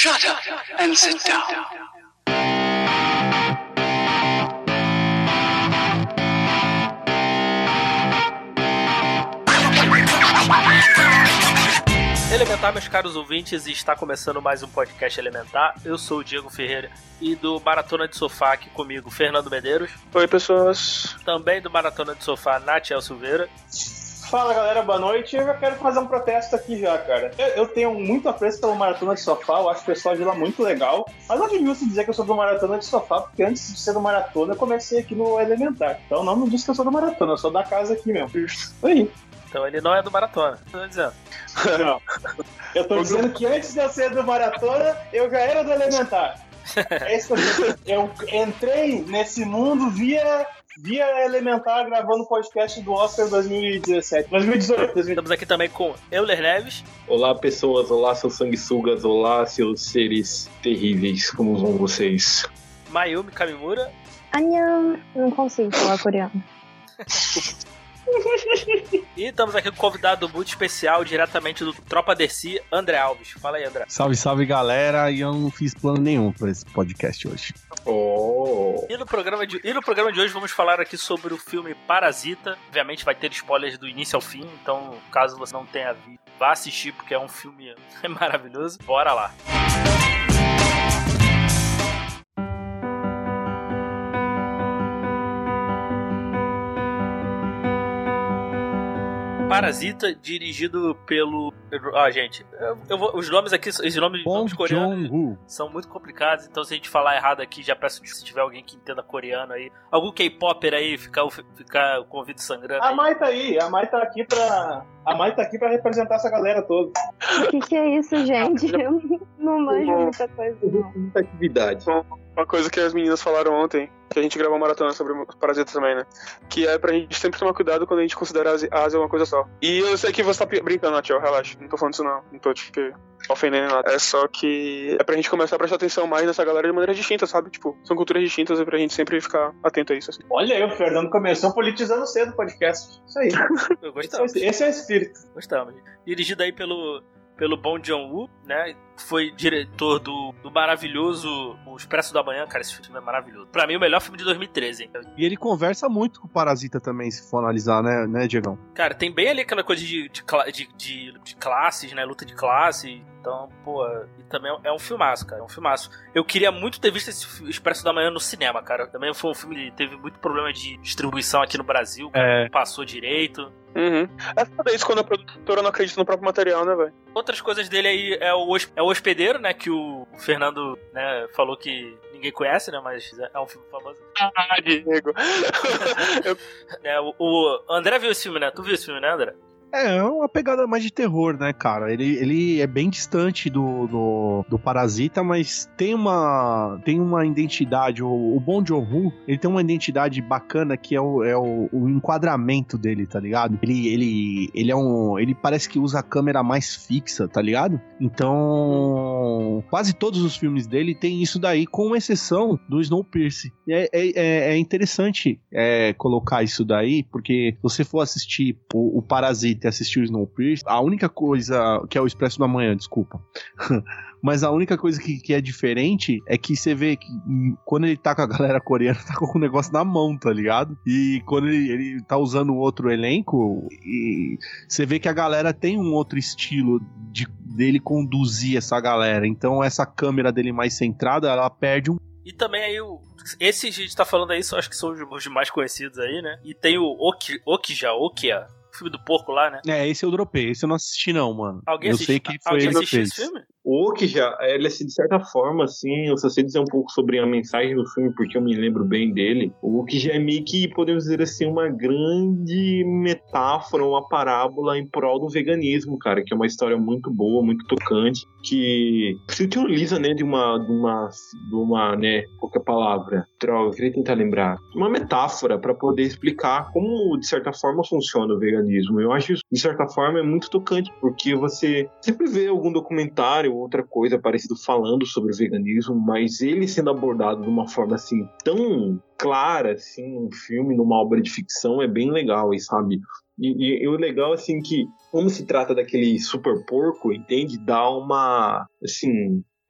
Shut up and sit down. Elementar, meus caros ouvintes, está começando mais um podcast Elementar. Eu sou o Diego Ferreira e do Maratona de Sofá aqui comigo, Fernando Medeiros. Oi, pessoas. Também do Maratona de Sofá, Natiel Silveira. Fala, galera, boa noite. Eu já quero fazer um protesto aqui já, cara. Eu tenho muito apreço pelo Maratona de Sofá, eu acho o pessoal de lá muito legal. Mas não devia se dizer que eu sou do Maratona de Sofá, porque antes de ser do Maratona eu comecei aqui no Elementar. Então não me diz que eu sou do Maratona, eu sou da casa aqui mesmo. Isso aí. Então ele não é do Maratona, tô dizendo. Não. Eu tô dizendo que antes de eu ser do Maratona, eu já era do Elementar. É isso que eu entrei nesse mundo via Elementar gravando o podcast do Oscar 2018. Estamos aqui também com Euler Neves. Olá, pessoas. Olá, seus sanguessugas. Olá, seus seres terríveis. Como vão vocês? Mayumi Kamimura. Annyeong. Não consigo falar coreano. E estamos aqui com um convidado muito especial, diretamente do Tropa DC, André Alves. Fala aí, André. Salve, salve, galera. E eu não fiz plano nenhum para esse podcast hoje. E no programa de hoje vamos falar aqui sobre o filme Parasita. Obviamente vai ter spoilers do início ao fim, então caso você não tenha visto, vá assistir porque é um filme maravilhoso. Bora lá. Parasita, dirigido pelo... gente, os nomes aqui, os nomes coreanos são muito complicados, então se a gente falar errado aqui, já peço se tiver alguém que entenda coreano aí, algum K-Popper aí, ficar com o ouvido sangrando. A Mai tá aí, a Mai tá aqui pra representar essa galera toda. O que é isso, gente? Eu não manjo muita coisa, não. Muita atividade. Uma coisa que as meninas falaram ontem, que a gente gravou uma maratona sobre Parasita também, né? Que é pra gente sempre tomar cuidado quando a gente considera a Ásia uma coisa só. E eu sei que você tá brincando, Nath, relaxa. Não tô falando isso não tô te ofendendo nada. É só que é pra gente começar a prestar atenção mais nessa galera de maneira distinta, sabe? Tipo, são culturas distintas e pra gente sempre ficar atento a isso, assim. Olha aí, o Fernando começou politizando cedo o podcast. Isso aí. Eu gostava. Esse é o espírito. Gostava. Dirigido aí pelo Bong Joon-ho, né? Foi diretor do maravilhoso O Expresso da Manhã. Cara, esse filme é maravilhoso. Pra mim, o melhor filme de 2013, hein? E ele conversa muito com o Parasita também, se for analisar, né, Diegão? Cara, tem bem ali aquela coisa de classes, né? Luta de classe. Então, pô, e também é um filmaço, cara. É um filmaço. Eu queria muito ter visto esse Expresso da Manhã no cinema, cara. Também foi um filme que teve muito problema de distribuição aqui no Brasil. Não passou direito. Uhum. É foda isso quando a produtora não acredita no próprio material, né, velho? Outras coisas dele aí é o Hospedeiro, né? Que o Fernando, né, falou que ninguém conhece, né? Mas é um filme famoso. Ah, Diego. O André viu esse filme, né? Tu viu esse filme, né, André? É uma pegada mais de terror, né, cara? Ele é bem distante do Parasita, mas tem uma identidade. O Bong Joon-ho, ele tem uma identidade bacana que é o enquadramento dele, tá ligado? Ele parece que usa a câmera mais fixa, tá ligado? Então, quase todos os filmes dele tem isso daí, com exceção do Snowpiercer. E é interessante colocar isso daí, porque se você for assistir o Parasita e assistir o Snowpiercer, a única coisa que é o Expresso da Manhã, desculpa. Mas a única coisa que é diferente é que você vê que quando ele tá com a galera coreana, tá com o negócio na mão, tá ligado? E quando ele tá usando outro elenco, e você vê que a galera tem um outro estilo dele conduzir essa galera. Então essa câmera dele mais centrada, ela perde um... E também aí, esse a gente tá falando aí, acho que são os mais conhecidos aí, né? E tem o Okja, o filme do porco lá, né? Esse eu dropei, esse eu não assisti não, mano. Alguém eu assiste, sei que foi ele que fez. Esse filme? O Okja, ele assim, de certa forma, assim, eu só sei dizer um pouco sobre a mensagem do filme, porque eu me lembro bem dele. O Okja é meio que, podemos dizer assim, uma grande metáfora, uma parábola em prol do veganismo, cara, que é uma história muito boa, muito tocante, que se utiliza, né, de uma, né, qualquer palavra, droga, eu queria tentar lembrar, uma metáfora para poder explicar como, de certa forma, funciona o veganismo. Eu acho isso, de certa forma, é muito tocante, porque você sempre vê algum documentário, outra coisa parecida falando sobre o veganismo, mas ele sendo abordado de uma forma assim tão clara, assim, num filme, numa obra de ficção, é bem legal, sabe? E o legal, assim, que como se trata daquele super porco, entende? Dá uma, assim,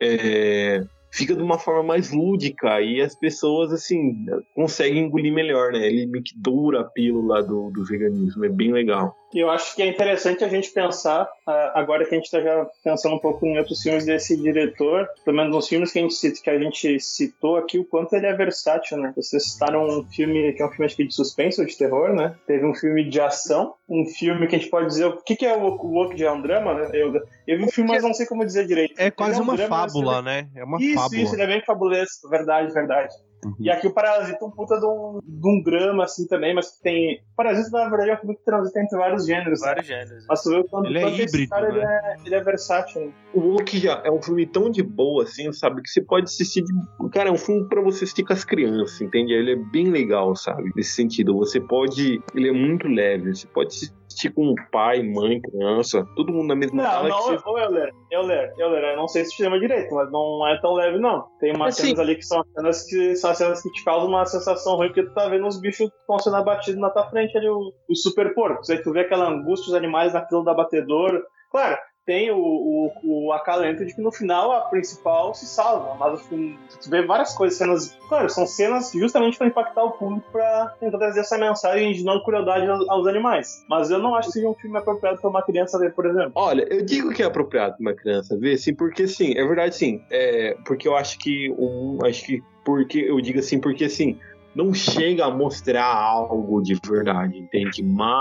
fica de uma forma mais lúdica e as pessoas, assim, conseguem engolir melhor, né? Ele meio que dura a pílula do veganismo, é bem legal. E eu acho que é interessante a gente pensar, agora que a gente está já pensando um pouco em outros filmes desse diretor, pelo menos nos filmes que a gente citou aqui, o quanto ele é versátil, né? Vocês citaram um filme que é um filme acho que de suspense ou de terror, né? Teve um filme de ação, um filme que a gente pode dizer... O que é o Woke de é um drama, né? Eu vi um filme, mas não sei como dizer direito. É quase uma drama, fábula, né? É uma isso, fábula. Isso, ele é bem fabulesco. Verdade. Uhum. E aqui o Parasita é um puta de um drama, assim, também, mas que tem... Parasita, na verdade, é um filme que transita entre vários gêneros. Vários gêneros. Mas tu vê o quanto Ele é esse híbrido, cara, né? ele é versátil. Né? O Woke já é um filme tão de boa, assim, sabe? Que você pode assistir... Cara, é um filme pra você assistir com as crianças, entende? Ele é bem legal, sabe? Nesse sentido. Você pode... Ele é muito leve. Você pode assistir com pai, mãe, criança, todo mundo na mesma sala. Eu não sei se te lembra direito, mas não é tão leve, não. Tem umas cenas ali que são cenas que te causam uma sensação ruim, porque tu tá vendo os bichos que estão sendo abatidos na tua frente ali, os super porcos. Aí tu vê aquela angústia dos animais na fila do abatedouro. Claro, tem o acalento de que no final a principal se salva, mas tu vê várias coisas, cenas, claro, são cenas justamente para impactar o público, para tentar trazer essa mensagem de não crueldade aos animais. Mas eu não acho que seja um filme apropriado para uma criança ver, por exemplo. Olha, eu digo que é apropriado para uma criança ver, sim, porque sim, é verdade, sim. Porque eu acho que porque eu digo assim, porque assim, não chega a mostrar algo de verdade, entende?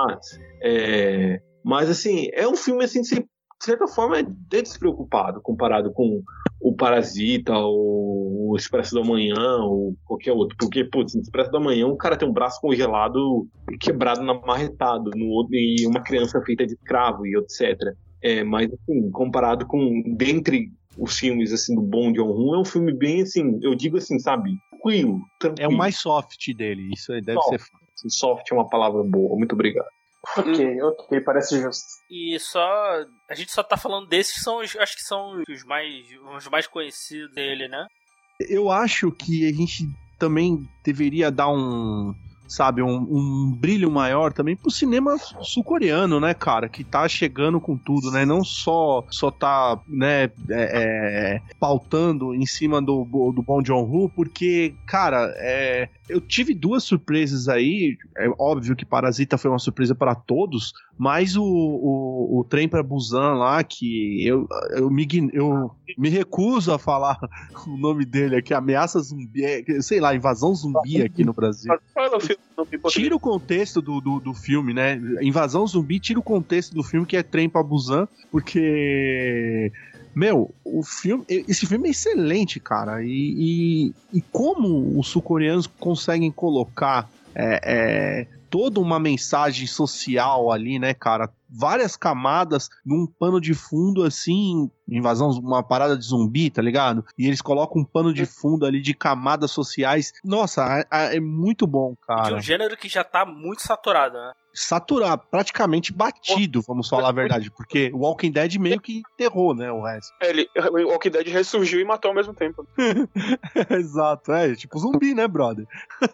Mas assim, é um filme assim, de certa forma é despreocupado comparado com o Parasita, ou o Expresso da Manhã, ou qualquer outro. Porque, putz, no Expresso da Manhã o cara tem um braço congelado e quebrado marretado, e uma criança feita de escravo e etc. Mas, assim, comparado com, dentre os filmes, assim, do Bong Joon-ho, é um filme bem, assim, eu digo assim, sabe, tranquilo. É o mais soft dele, isso aí deve ser fácil. Soft é uma palavra boa, muito obrigado. Ok, parece justo. E a gente só tá falando desses, acho que são os mais conhecidos dele, né? Eu acho que a gente também deveria dar um brilho maior também pro cinema sul-coreano, né, cara, que tá chegando com tudo, né, não só tá, né, pautando em cima do Bong Joon-ho, porque, cara, eu tive duas surpresas aí, é óbvio que Parasita foi uma surpresa para todos, mas o Trem para Busan lá, que eu me recuso a falar o nome dele aqui, Ameaça Zumbi, sei lá, Invasão Zumbi aqui no Brasil. Tira o contexto do filme, né? Invasão Zumbi tira o contexto do filme, que é Trem para Busan, porque... Meu, esse filme é excelente, cara. E como os sul-coreanos conseguem colocar toda uma mensagem social ali, né, cara? Várias camadas num pano de fundo, assim, invasão, uma parada de zumbi, tá ligado? E eles colocam um pano de fundo ali de camadas sociais. Nossa, é muito bom, cara. De um gênero que já tá muito saturado, né? Saturado, praticamente batido, vamos falar a verdade, porque o Walking Dead meio que enterrou, né, o resto. O Walking Dead ressurgiu e matou ao mesmo tempo. Exato, tipo zumbi, né, brother?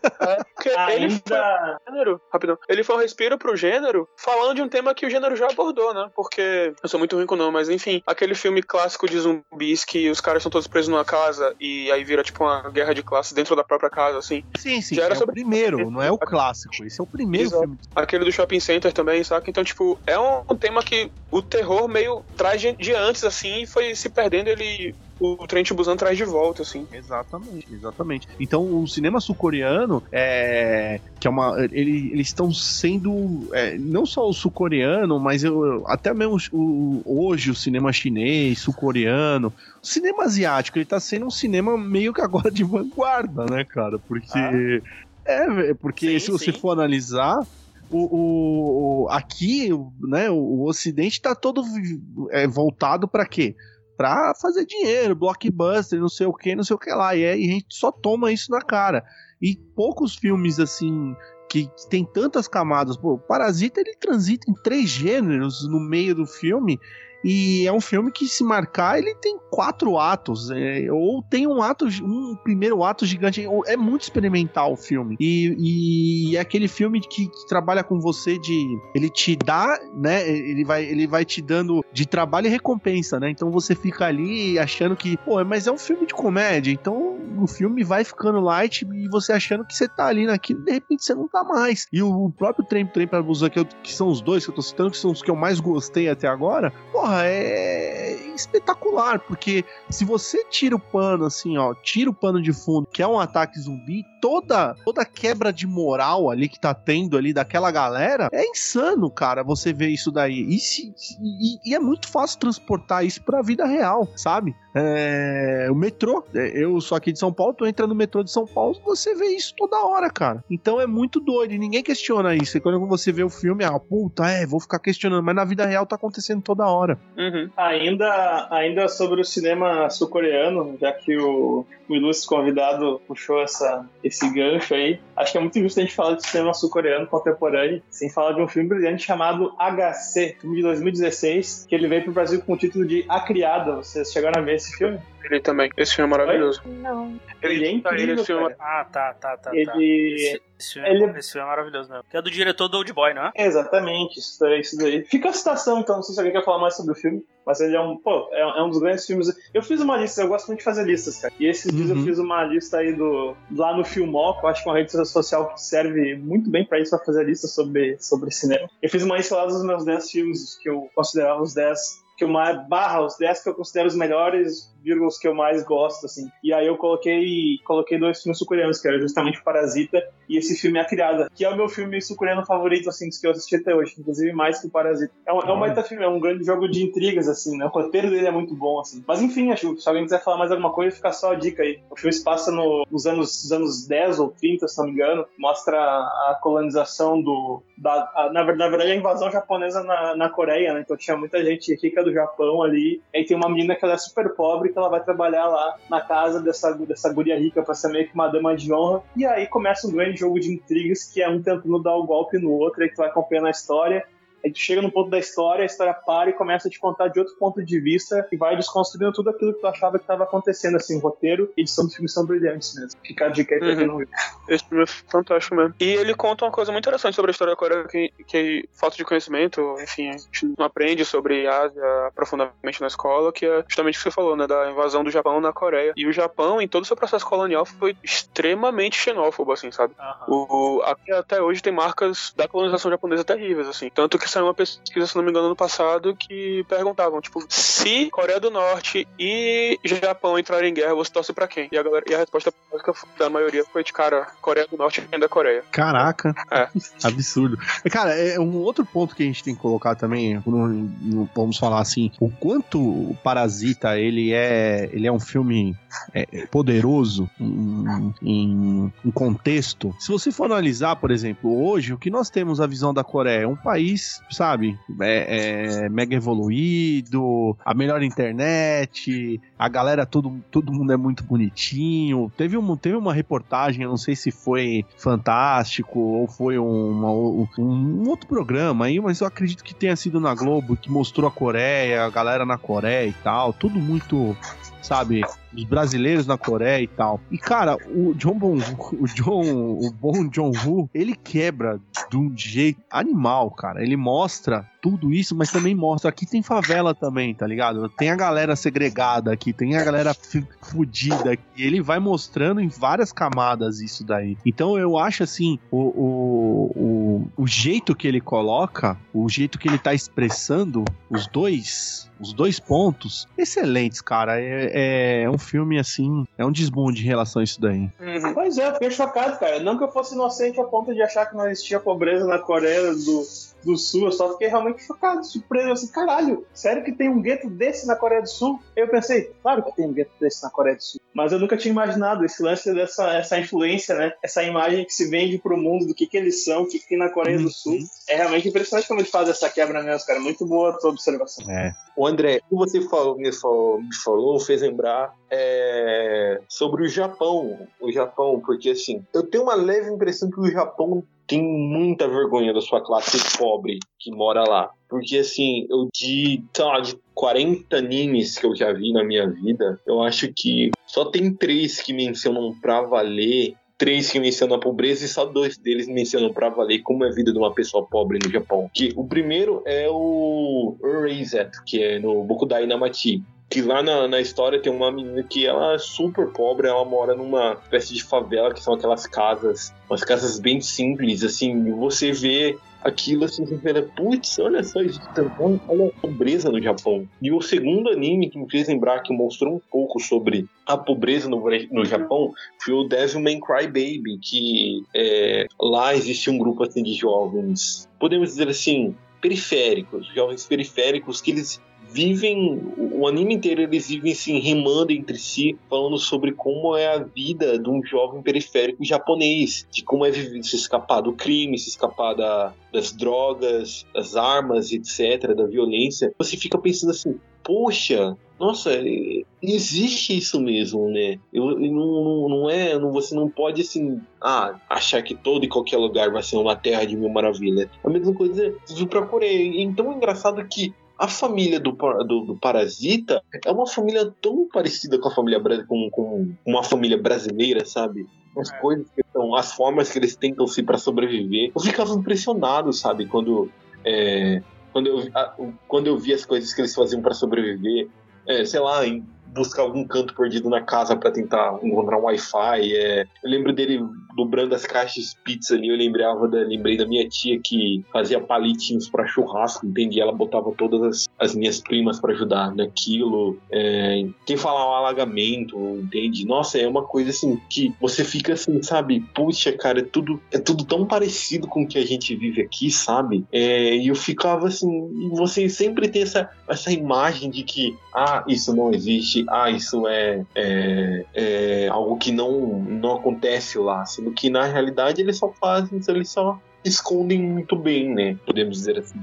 Ele foi um respiro pro gênero, falando de um tema que o gênero já abordou, né, porque eu sou muito ruim com o nome, mas enfim, aquele filme clássico de zumbis que os caras são todos presos numa casa e aí vira tipo uma guerra de classes dentro da própria casa, assim. Sim, já era sobre o primeiro, não é o clássico, esse é o primeiro filme. Aquele do Shopping Center também, saca? Então, tipo, é um tema que o terror meio traz de antes, assim, e foi se perdendo, o Trem to Busan traz de volta, assim. Exatamente. Então, o cinema sul-coreano que é eles estão sendo não só o sul-coreano, mas até mesmo hoje o cinema chinês, sul-coreano, o cinema asiático, ele tá sendo um cinema meio que agora de vanguarda, né, cara? Porque porque se você for analisar, aqui, né, o Ocidente tá todo voltado para quê? Pra fazer dinheiro, blockbuster, não sei o que lá, e aí a gente só toma isso na cara. E poucos filmes, assim, que tem tantas camadas. Pô, Parasita, ele transita em 3 gêneros no meio do filme, E é um filme que, se marcar, ele tem 4 atos, ou tem um primeiro ato gigante, é muito experimental o filme. E é aquele filme que trabalha com você ele te dá, né, ele vai te dando de trabalho e recompensa, né, então você fica ali achando que, pô, mas é um filme de comédia, então o filme vai ficando light e você achando que você tá ali naquilo, de repente você não tá mais. E o próprio Trem para Busan, que são os dois que eu tô citando, que são os que eu mais gostei até agora, porra, é espetacular, porque se você tira o pano, assim, ó, tira o pano de fundo, que é um ataque zumbi, toda quebra de moral ali que tá tendo ali daquela galera, é insano, cara, você ver isso daí. E é muito fácil transportar isso pra vida real, sabe? O metrô, eu sou aqui de São Paulo, tu entra no metrô de São Paulo, você vê isso toda hora, cara. Então é muito doido, e ninguém questiona isso. E quando você vê o filme, puta, vou ficar questionando, mas na vida real tá acontecendo toda hora. Uhum. Ainda sobre o cinema sul-coreano, já que o ilustre convidado puxou esse gancho aí, acho que é muito injusto a gente falar de cinema sul-coreano contemporâneo sem falar de um filme brilhante chamado HC, filme de 2016, que ele veio pro Brasil com o título de A Criada. Vocês chegaram a ver esse filme? Ele também. Esse filme é maravilhoso. Não. Ele é incrível, esse filme... Tá. Esse filme é maravilhoso mesmo. Que é do diretor do Old Boy, não é? Exatamente, isso daí. Fica a citação, então, não sei se alguém quer falar mais sobre o filme, mas ele é um dos grandes filmes. Eu fiz uma lista, eu gosto muito de fazer listas, cara. E esses dias eu fiz uma lista aí lá no Filmó, que eu acho que é uma rede social que serve muito bem pra isso, pra fazer lista sobre cinema. Eu fiz uma lista lá dos meus 10 filmes que eu considerava os 10 os 10 que eu considero os melhores, os que eu mais gosto, assim. E aí eu coloquei 2 filmes sul-coreanos, que era justamente Parasita e esse filme A Criada, que é o meu filme sul-coreano favorito, assim, dos que eu assisti até hoje, inclusive mais que o Parasita. É um baita filme, é um grande jogo de intrigas, assim, né? O roteiro dele é muito bom, assim. Mas enfim, acho que se alguém quiser falar mais alguma coisa, fica só a dica aí. O filme se passa nos anos 10 ou 30, se não me engano, mostra a colonização na verdade, a invasão japonesa na Coreia, né? Então tinha muita gente rica do Japão ali, aí tem uma menina que ela é super pobre, que ela vai trabalhar lá na casa dessa guria rica pra ser meio que uma dama de honra, e aí começa um grande jogo de intrigas, que é um tentando dar o golpe no outro, aí tu vai acompanhando a história. Aí tu chega num ponto da história, a história para e começa a te contar de outro ponto de vista e vai desconstruindo tudo aquilo que tu achava que estava acontecendo, assim, roteiro e edição do filme são brilhantes mesmo. Fica a dica aí pra quem não viu. Esse filme é fantástico mesmo. E ele conta uma coisa muito interessante sobre a história da Coreia, que falta de conhecimento, enfim, a gente não aprende sobre Ásia profundamente na escola, que é justamente o que você falou, né, da invasão do Japão na Coreia. E o Japão, em todo o seu processo colonial, foi extremamente xenófobo, assim, sabe? Aqui até hoje tem marcas da colonização japonesa terríveis, assim. Tanto que saiu uma pesquisa, se não me engano, no passado, que perguntavam, tipo, se Coreia do Norte e Japão entrarem em guerra, você torce pra quem? E a resposta da maioria foi de cara, Coreia do Norte e da Coreia. Caraca. Absurdo. Cara, é um outro ponto que a gente tem que colocar também, vamos falar assim, o quanto o Parasita, ele é um filme poderoso em contexto. Se você for analisar, por exemplo, hoje, o que nós temos a visão da Coreia é um país, sabe, mega evoluído, a melhor internet, a galera, todo mundo é muito bonitinho. Teve uma reportagem, eu não sei se foi Fantástico ou foi um outro programa aí, mas eu acredito que tenha sido na Globo, que mostrou a Coreia, a galera na Coreia e tal, tudo muito, sabe, os brasileiros na Coreia e tal. E, cara, o Bong Joon-ho, ele quebra de um jeito animal, cara. Ele mostra tudo isso, mas também mostra, aqui tem favela também, tá ligado? Tem a galera segregada aqui, tem a galera fudida aqui. Ele vai mostrando em várias camadas isso daí. Então eu acho assim, o jeito que ele coloca, o jeito que ele tá expressando os dois pontos, excelentes, cara. É um filme assim, é um desbunde em relação a isso daí. Pois é, eu fiquei chocado, cara. Não que eu fosse inocente a ponto de achar que não existia pobreza na Coreia do Sul, eu só fiquei realmente chocado, surpreso, assim, caralho, sério que tem um gueto desse na Coreia do Sul? Eu pensei, claro que tem um gueto desse na Coreia do Sul, mas eu nunca tinha imaginado esse lance essa influência, né, essa imagem que se vende pro mundo do que eles são, o que tem na Coreia do Sul. É realmente impressionante como ele faz essa quebra mesmo, cara, muito boa a tua observação. O André, o que você me falou, fez lembrar sobre o Japão, porque assim, eu tenho uma leve impressão que o Japão tem muita vergonha da sua classe pobre que mora lá. Porque, assim, de 40 animes que eu já vi na minha vida, eu acho que só tem 3 que mencionam pra valer, 3 que mencionam a pobreza e só 2 deles mencionam pra valer como é a vida de uma pessoa pobre no Japão. Que o primeiro é o Erased, que é no Bokudai Namachi. Que lá na história tem uma menina que ela é super pobre, ela mora numa espécie de favela, que são aquelas casas, umas casas bem simples, assim, e você vê aquilo assim, você fala, putz, olha só, olha a pobreza no Japão. E o segundo anime que me fez lembrar, que mostrou um pouco sobre a pobreza no Japão, foi o Devilman Crybaby, que lá existe um grupo assim de jovens, podemos dizer assim, periféricos, jovens periféricos, que eles vivem, o anime inteiro eles vivem assim, rimando entre si, falando sobre como é a vida de um jovem periférico japonês, de como é se escapar do crime, se escapar das drogas, das armas, etc., da violência. Você fica pensando assim, poxa, nossa, existe isso mesmo, né? Você não pode assim, achar que todo e qualquer lugar vai ser uma terra de mil maravilhas. A mesma coisa eu procurei. Então é engraçado que a família do Parasita é uma família tão parecida com a família com uma família brasileira, sabe? As coisas que são, as formas que eles tentam se para sobreviver. Eu ficava impressionado, sabe? Quando eu vi as coisas que eles faziam para sobreviver, sei lá, em buscar algum canto perdido na casa para tentar encontrar um Wi-Fi. Eu lembro dele dobrando as caixas de pizza ali, eu lembrei da minha tia que fazia palitinhos para churrasco, entende? Ela botava todas as minhas primas para ajudar naquilo. Quem falar um alagamento, entende? Nossa, é uma coisa assim que você fica assim, sabe? Puxa, cara, é tudo tão parecido com o que a gente vive aqui, sabe? E eu ficava assim, e você sempre tem essa imagem de que, isso não existe, isso é algo que não acontece lá, sendo que na realidade eles só escondem muito bem, né? Podemos dizer assim.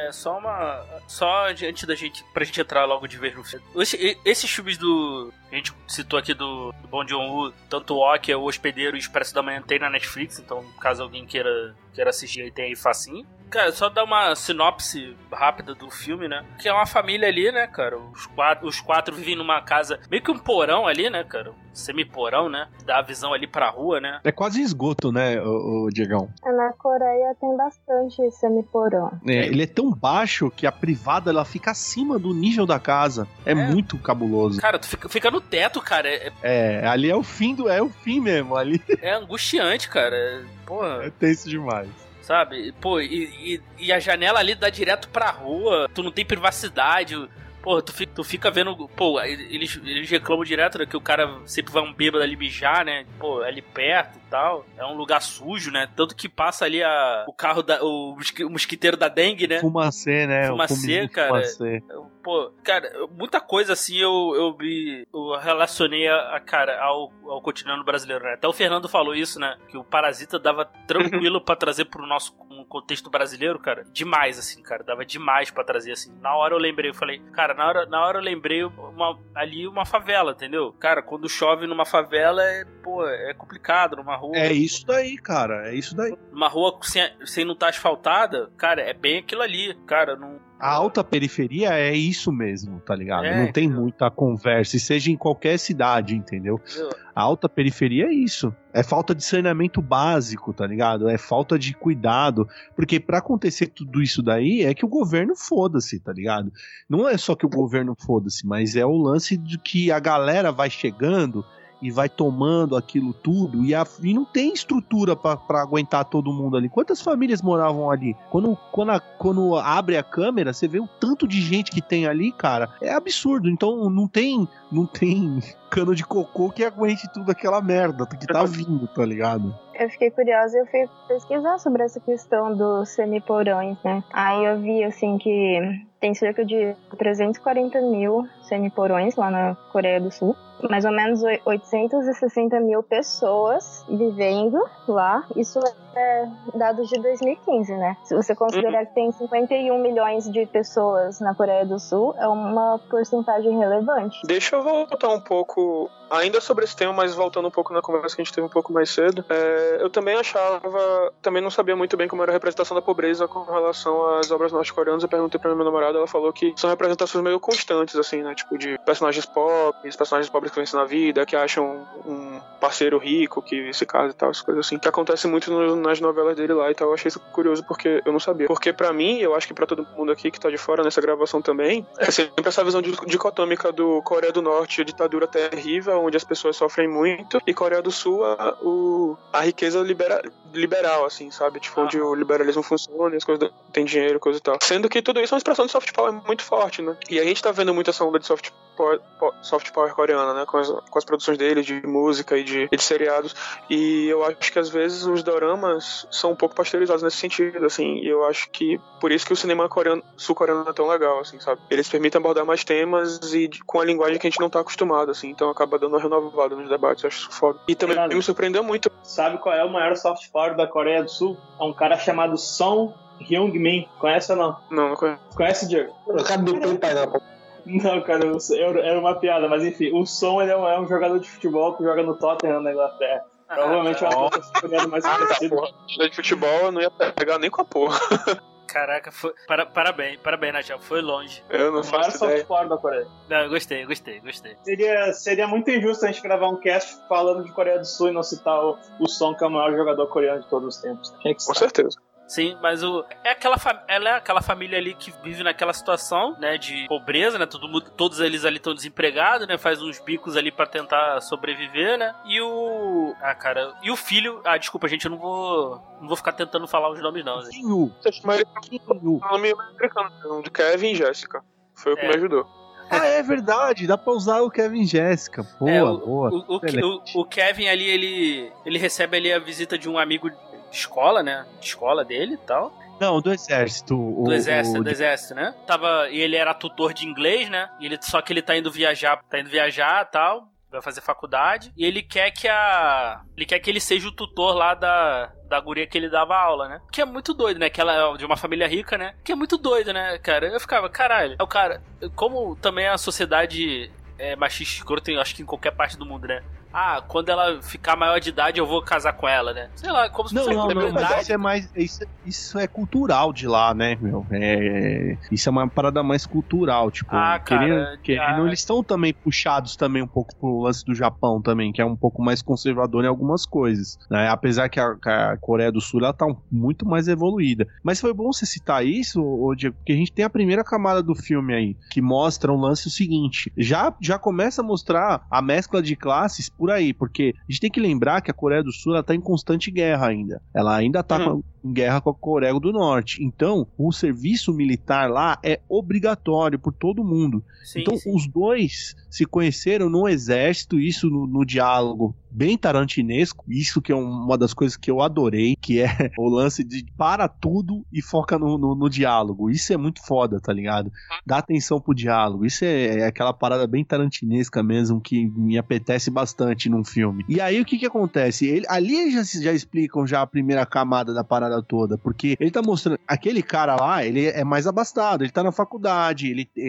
Só antes pra gente entrar logo de vez no filme. Esses filmes a gente citou aqui do Bong Joon-ho, tanto o que é o Hospedeiro e o Expresso da Manhã tem na Netflix, então caso alguém queira assistir aí, tem aí facinho. Cara, só dar uma sinopse rápida do filme, né? Que é uma família ali, né, cara? Os quatro vivem numa casa, meio que um porão ali, né, cara? Um semi-porão, né? Dá a visão ali pra rua, né? É quase esgoto, né, o Diegão? Na Coreia tem bastante semi-porão. Ele é tão baixo que a privada ela fica acima do nível da casa. É muito cabuloso. Cara, tu fica no teto, cara. Ali é o fim mesmo. Ali é angustiante, cara. Porra. É tenso demais. Sabe? Pô, e a janela ali dá direto pra rua, tu não tem privacidade. Pô, tu fica vendo. Pô, eles reclamam direto, né, que o cara sempre vai um bêbado ali mijar, né? Pô, ali perto e tal. É um lugar sujo, né? Tanto que passa ali o carro o mosquiteiro da dengue, né? Fumacê, né? Fumacê, cara. Fumacê. Pô, cara, muita coisa assim eu relacionei ao cotidiano brasileiro, né? Até o Fernando falou isso, né? Que o Parasita dava tranquilo pra trazer pro nosso contexto brasileiro, cara. Demais, assim, cara. Dava demais pra trazer, assim. Na hora eu lembrei, eu falei, cara, na hora eu lembrei uma favela, entendeu? Cara, quando chove numa favela, é complicado, numa rua. É isso daí, cara. É isso daí. Uma rua sem não estar asfaltada, cara, é bem aquilo ali. Cara, não... A alta periferia é isso mesmo, tá ligado? Não tem muita conversa, e seja em qualquer cidade, entendeu? A alta periferia é isso. É falta de saneamento básico, tá ligado? É falta de cuidado. Porque pra acontecer tudo isso daí, é que o governo foda-se, tá ligado? Não é só que o governo foda-se, mas é o lance de que a galera vai chegando e vai tomando aquilo tudo, e não tem estrutura pra aguentar todo mundo ali. Quantas famílias moravam ali? Quando abre a câmera, você vê o tanto de gente que tem ali, cara, é absurdo. Então não tem cano de cocô que aguente tudo aquela merda que tá vindo, tá ligado? Eu fiquei curiosa e eu fui pesquisar sobre essa questão dos semiporões, né? Aí eu vi, assim, que tem cerca de 340 mil semiporões lá na Coreia do Sul. Mais ou menos 860 mil pessoas vivendo lá. Isso dados de 2015, né? Se você considerar que tem 51 milhões de pessoas na Coreia do Sul, é uma porcentagem relevante. Deixa eu voltar um pouco, ainda sobre esse tema, mas voltando um pouco na conversa que a gente teve um pouco mais cedo. Eu também também não sabia muito bem como era a representação da pobreza com relação às obras norte-coreanas. Eu perguntei pra minha namorada, ela falou que são representações meio constantes, assim, né? Tipo, de personagens pobres que vencem na vida, que acham um parceiro rico, que se casa e tal, essas coisas assim, que acontece muito nas novelas dele lá e tal. Eu achei isso curioso porque eu não sabia. Porque pra mim, eu acho que pra todo mundo aqui que tá de fora nessa gravação também, é sempre essa visão dicotômica do Coreia do Norte, a ditadura terrível, onde as pessoas sofrem muito, e Coreia do Sul, a riqueza liberal, assim, sabe? Tipo, onde o liberalismo funciona, as coisas tem dinheiro, coisa e tal. Sendo que tudo isso é uma expressão de soft power muito forte, né? E a gente tá vendo muito essa onda de soft power coreana, né? Com as produções dele, de música e de seriados. E eu acho que às vezes os doramas são um pouco pasteurizados nesse sentido, assim. E eu acho que por isso que o cinema sul-coreano é tão legal, assim, sabe? Eles permitem abordar mais temas e com a linguagem que a gente não tá acostumado, assim. Então acaba dando uma renovada nos debates. Eu acho isso foda. E também me surpreendeu muito. Sabe qual é o maior soft power da Coreia do Sul? É um cara chamado Son Heung-min. Conhece ou não? Não conheço. Conhece, Diego? O cara do Pai, Não, cara, era uma piada, mas enfim, o Son ele é um jogador de futebol que joga no Tottenham na Inglaterra. Provavelmente é uma coisa mais parecida. Jogador de futebol eu não ia pegar nem com a porra. Caraca, parabéns, Natiel, foi longe. Eu não faço ideia. Soft power da Coreia. Não, gostei. Seria muito injusto a gente gravar um cast falando de Coreia do Sul e não citar o Son, que é o maior jogador coreano de todos os tempos. Com certeza. Sim, mas ela é aquela família ali que vive naquela situação, né, de pobreza, né, todos eles ali estão desempregados, né, faz uns bicos ali pra tentar sobreviver, né, e o filho, desculpa, gente, eu não vou ficar tentando falar os nomes não. O nome americano, de Kevin e Jéssica, foi o que me ajudou. É verdade, dá pra usar o Kevin e Jéssica. Boa. O Kevin ali, ele recebe ali a visita de um amigo de escola, né? De escola dele e tal. Não, do exército. Do exército, né? E ele era tutor de inglês, né? Só que ele tá indo viajar e tal, vai fazer faculdade, e ele quer que ele seja o tutor lá da guria que ele dava aula, né? Que é muito doido, né? Que ela é de uma família rica, né? Que é muito doido, né, cara? Eu ficava, caralho. O cara, como também a sociedade é machista escrota, acho que em qualquer parte do mundo, né? Quando ela ficar maior de idade eu vou casar com ela, né? Sei lá, como se fosse não, isso é cultural de lá, né, meu? Isso é uma parada mais cultural, tipo, querendo, eles estão também puxados também um pouco pro lance do Japão também, que é um pouco mais conservador em algumas coisas, né? Apesar que a Coreia do Sul, ela tá muito mais evoluída. Mas foi bom você citar isso, Diego, porque a gente tem a primeira camada do filme aí, que mostra um lance o seguinte, já começa a mostrar a mescla de classes por aí, porque a gente tem que lembrar que a Coreia do Sul ela tá em constante guerra ainda. Ela ainda tá em guerra com a Coreia do Norte. Então, o serviço militar lá é obrigatório por todo mundo. Sim. Os dois se conheceram no exército, isso no diálogo bem tarantinesco, isso que é uma das coisas que eu adorei, que é o lance de para tudo e foca no diálogo. Isso é muito foda, tá ligado? Dá atenção pro diálogo. Isso é aquela parada bem tarantinesca mesmo, que me apetece bastante num filme. E aí o que acontece? Ali eles já explicam já a primeira camada da parada toda, porque ele tá mostrando, aquele cara lá, ele é mais abastado, ele tá na faculdade,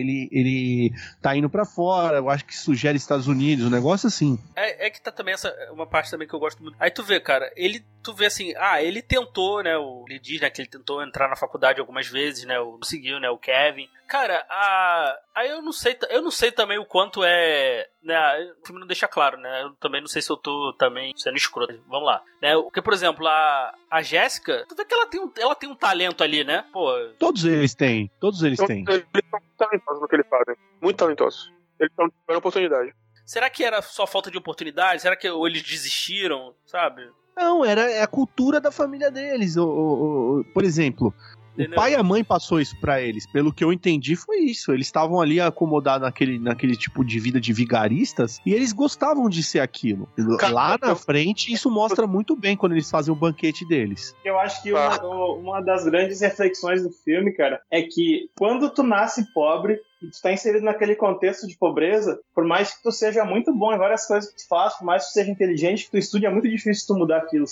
ele tá indo pra fora, eu acho que sugere Estados Unidos, um negócio assim. É que tá também uma parte também que eu gosto muito. Aí tu vê, cara, tu vê assim, ele tentou, né, ele diz, né, que ele tentou entrar na faculdade algumas vezes, né, conseguiu, né, o Kevin. Cara, aí eu não sei também o quanto é, né, o filme não deixa claro, né, eu também não sei se eu tô também sendo escroto, vamos lá, né, porque, por exemplo, a Jéssica, tu vê que ela tem um talento ali, né, pô. Todos eles têm. Eles são muito talentosos no que eles fazem, muito talentosos, eles estão tendo oportunidade. Será que era só falta de oportunidade? Será que eles desistiram, sabe? Não, é a cultura da família deles. Por exemplo, entendeu? O pai e a mãe passou isso pra eles. Pelo que eu entendi, foi isso. Eles estavam ali acomodados naquele tipo de vida de vigaristas e eles gostavam de ser aquilo. Lá na frente, isso mostra muito bem quando eles fazem o banquete deles. Eu acho que uma das grandes reflexões do filme, cara, é que quando tu nasce pobre e tu tá inserido naquele contexto de pobreza, por mais que tu seja muito bom em várias coisas que tu faz, por mais que tu seja inteligente, que tu estude, é muito difícil tu mudar aquilo, sabe?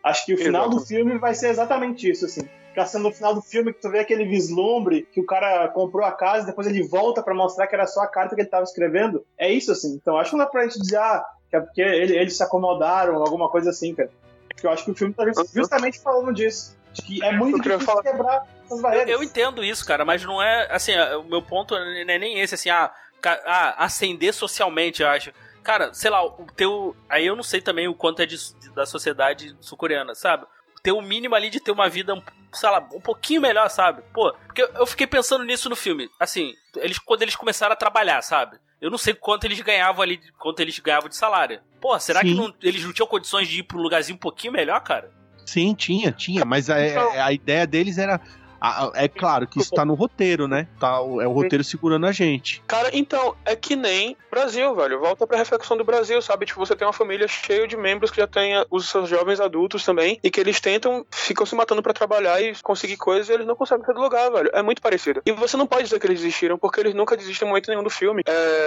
Acho que o final do filme vai ser exatamente isso, assim. Ficar sendo no final do filme que tu vê aquele vislumbre que o cara comprou a casa e depois ele volta pra mostrar que era só a carta que ele tava escrevendo. É isso, assim. Então acho que não dá pra gente dizer que é porque eles se acomodaram, alguma coisa assim, cara. Porque eu acho que o filme tá justamente falando disso. Acho que é muito difícil quebrar essas barreiras. Eu entendo isso, cara, mas não é, assim, o meu ponto não é nem esse, assim, ascender socialmente, eu acho. Cara, sei lá, aí eu não sei também o quanto é da sociedade sul-coreana, sabe? Ter o mínimo ali de ter uma vida, sei lá, um pouquinho melhor, sabe? Pô, porque eu fiquei pensando nisso no filme. Assim, quando eles começaram a trabalhar, sabe? Eu não sei quanto eles ganhavam ali, quanto eles ganhavam de salário. Pô, será que eles não tinham condições de ir pra um lugarzinho um pouquinho melhor, cara? Sim, tinha, mas a ideia deles era... É claro que isso tá no roteiro, né? É o roteiro segurando a gente. Cara, então, é que nem Brasil, velho. Volta pra reflexão do Brasil, sabe? Tipo, você tem uma família cheia de membros que já tem os seus jovens adultos também, e que eles ficam se matando pra trabalhar e conseguir coisas e eles não conseguem sair do lugar, velho. É muito parecido. E você não pode dizer que eles desistiram, porque eles nunca desistem em momento nenhum do filme.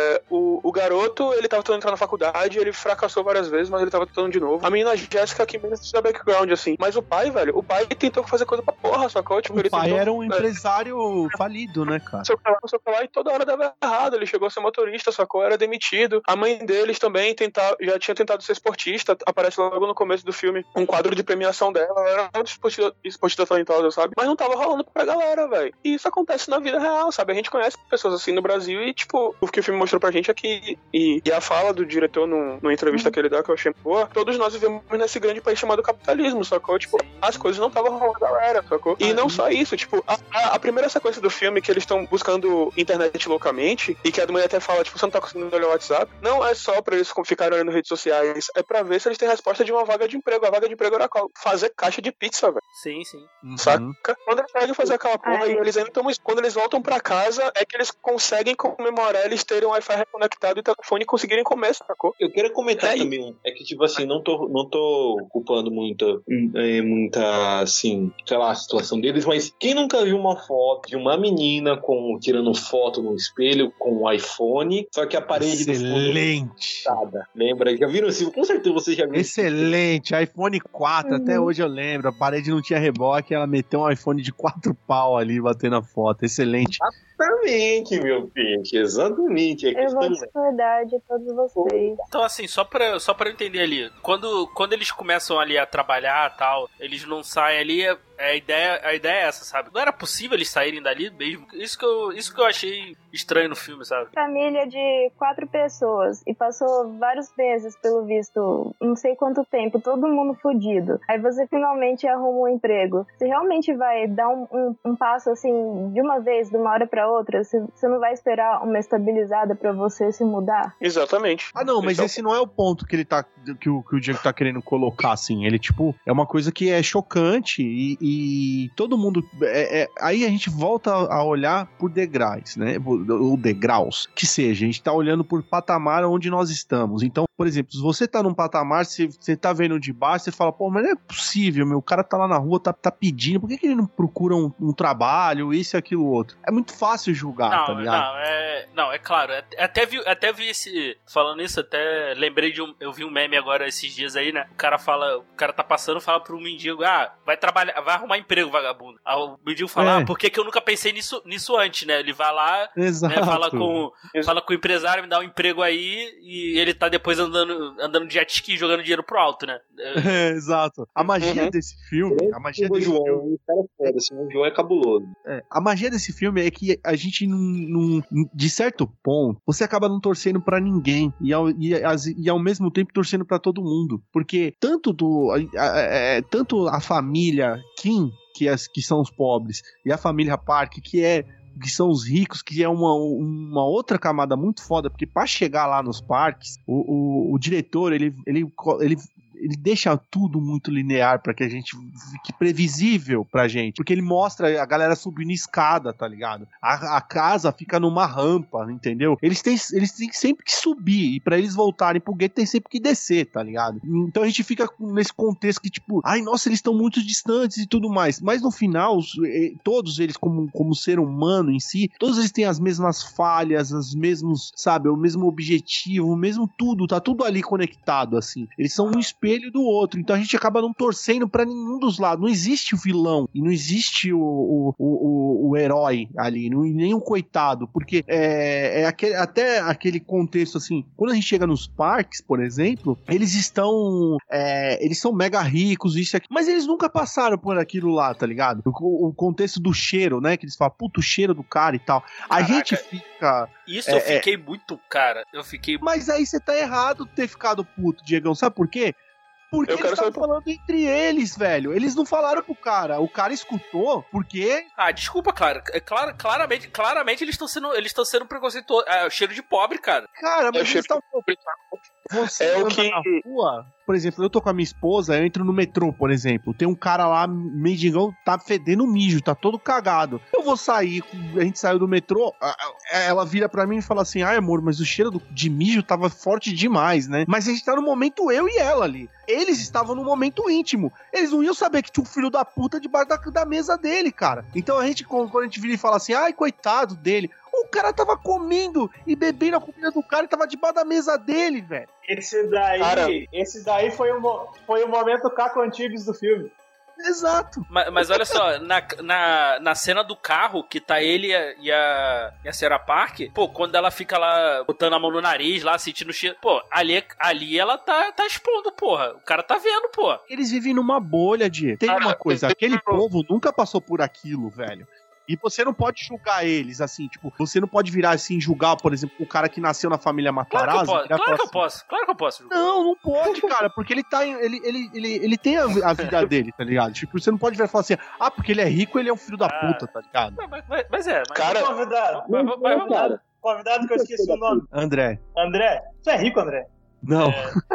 O garoto, ele tava tentando entrar na faculdade, ele fracassou várias vezes, mas ele tava tentando de novo. A menina Jéssica, que menos da background, assim. Mas o pai, velho, tentou fazer coisa pra porra, sacou? Tipo, ele pai era um empresário falido, né, cara? Não sei o que lá, e toda hora dava errado. Ele chegou a ser motorista, sacou? Era demitido. A mãe deles também já tinha tentado ser esportista. Aparece logo no começo do filme um quadro de premiação dela. Ela era uma esportista talentosa, sabe? Mas não tava rolando pra galera, velho. E isso acontece na vida real, sabe? A gente conhece pessoas assim no Brasil e, tipo, o que o filme mostrou pra gente aqui e a fala do diretor numa entrevista que ele dá, que eu achei boa, todos nós vivemos nesse grande país chamado capitalismo, sacou? Tipo, as coisas não estavam rolando pra galera, sacou? E não só isso, tipo, a primeira sequência do filme que eles estão buscando internet loucamente e que a mãe até fala, tipo, você não tá conseguindo olhar o WhatsApp, não é só pra eles ficarem olhando redes sociais, é pra ver se eles têm resposta de uma vaga de emprego. A vaga de emprego era qual? Fazer caixa de pizza, velho. Sim. Saca? Quando eles pegam fazer aquela porra e eles ainda quando eles voltam pra casa, é que eles conseguem comemorar eles terem um Wi-Fi reconectado e telefone e conseguirem comer, sacou? Eu quero comentar também, é que, tipo assim, não tô culpando muita, assim, sei lá, a situação deles, mas quem nunca viu uma foto de uma menina tirando foto no espelho com um iPhone, só que a parede excelente. Do fundo lembra? Já viram assim? Com certeza vocês já viram. Excelente, iPhone 4, até hoje eu lembro, a parede não tinha reboque, ela meteu um iPhone de 4 pau ali batendo a foto, excelente. Exatamente, meu peixe, exatamente. Eu vou discordar de todos vocês. Então, assim, só pra eu entender ali, quando eles começam ali a trabalhar e tal, eles não saem ali, a ideia é essa, sabe? Não era possível eles saírem dali mesmo. Isso que eu achei estranho no filme, sabe? Família de 4 pessoas e passou vários meses, pelo visto, não sei quanto tempo, todo mundo fudido. Aí você finalmente arruma um emprego. Você realmente vai dar um passo assim, de uma vez, de uma hora pra outra? Você não vai esperar uma estabilizada pra você se mudar? Exatamente. Não, mas esse não é o ponto que ele tá, que o Diego tá querendo colocar, assim. Ele, tipo, é uma coisa que é chocante e todo mundo... aí a gente volta a olhar por degraus, né? Ou degraus. Que seja, a gente tá olhando por patamar onde nós estamos. Então, por exemplo, se você tá num patamar, você tá vendo de baixo, você fala, pô, mas não é possível, meu, o cara tá lá na rua, tá pedindo, por que ele não procura um trabalho, isso e aquilo outro? É muito fácil julgar, tá ligado? Não, é claro, até vi esse, falando isso, até lembrei eu vi um meme agora esses dias aí, né, o cara tá passando, fala pro mendigo, vai trabalhar, vai arrumar emprego, vagabundo. Aí o mendigo fala, por que eu nunca pensei nisso antes, né, ele vai lá, exato, né, fala com o empresário, me dá um emprego aí, e ele tá depois andando de jet ski, jogando dinheiro pro alto, né. Exato. A magia desse filme, o João é cabuloso. A magia desse filme é que a gente de certo ponto, você acaba não torcendo pra ninguém e ao mesmo tempo torcendo pra todo mundo, porque tanto a família Kim, que são os pobres, e a família Park, que são os ricos, que é uma outra camada muito foda, porque pra chegar lá nos parques, o diretor, ele deixa tudo muito linear pra que a gente fique previsível pra gente, porque ele mostra a galera subindo escada, tá ligado? A casa fica numa rampa, entendeu? Eles têm sempre que subir, e pra eles voltarem pro gueto tem sempre que descer, tá ligado? Então a gente fica nesse contexto que tipo, ai, nossa, eles estão muito distantes e tudo mais, mas no final, todos eles como ser humano em si, todos eles têm as mesmas falhas, os mesmos, sabe, o mesmo objetivo, o mesmo tudo, tá tudo ali conectado, assim. Eles são um espelho espelho do outro. Então a gente acaba não torcendo pra nenhum dos lados. Não existe o vilão e não existe o herói ali, nem o coitado, porque até aquele contexto assim, quando a gente chega nos parques, por exemplo, eles são mega ricos, isso aqui, mas eles nunca passaram por aquilo lá, tá ligado? O contexto do cheiro, né, que eles falam, puto, o cheiro do cara e tal. A gente fica... Isso eu fiquei muito, cara, Mas aí você tá errado de ter ficado puto, Diegão, sabe por quê? Porque eles estavam falando entre eles, velho. Eles não falaram pro cara. O cara escutou, porque... desculpa, cara. Claramente eles estão sendo preconceituosos. É o cheiro de pobre, cara. Cara, mas eles estão... Você anda na rua... Por exemplo, eu tô com a minha esposa, eu entro no metrô, por exemplo. Tem um cara lá, mendigão, tá fedendo mijo, tá todo cagado. Eu vou sair, a gente saiu do metrô, ela vira pra mim e fala assim, amor, mas o cheiro de mijo tava forte demais, né? Mas a gente tá no momento eu e ela ali. Eles estavam no momento íntimo. Eles não iam saber que tinha um filho da puta debaixo da mesa dele, cara. Então a gente, quando a gente vira e fala assim, coitado dele... O cara tava comendo e bebendo a comida do cara e tava debaixo da mesa dele, velho. Esse daí foi o momento Caco Antibes do filme. Exato. Mas olha só, na cena do carro, que tá ele e a Sarah Parker, pô, quando ela fica lá botando a mão no nariz, lá sentindo o cheiro, pô, ali ela tá expondo, porra. O cara tá vendo, pô. Eles vivem numa bolha, Diego. Tem uma coisa, aquele povo nunca passou por aquilo, velho. E você não pode julgar eles, assim, tipo, você não pode virar assim, julgar, por exemplo, o cara que nasceu na família Matarazzo. Claro que eu posso julgar. Não pode, cara, porque ele tá, ele tem a vida dele, tá ligado? Tipo, você não pode virar e falar assim, porque ele é rico, ele é um filho da puta, tá ligado? Mas cara, convidado que eu esqueci o nome. André, você é rico, André? Não.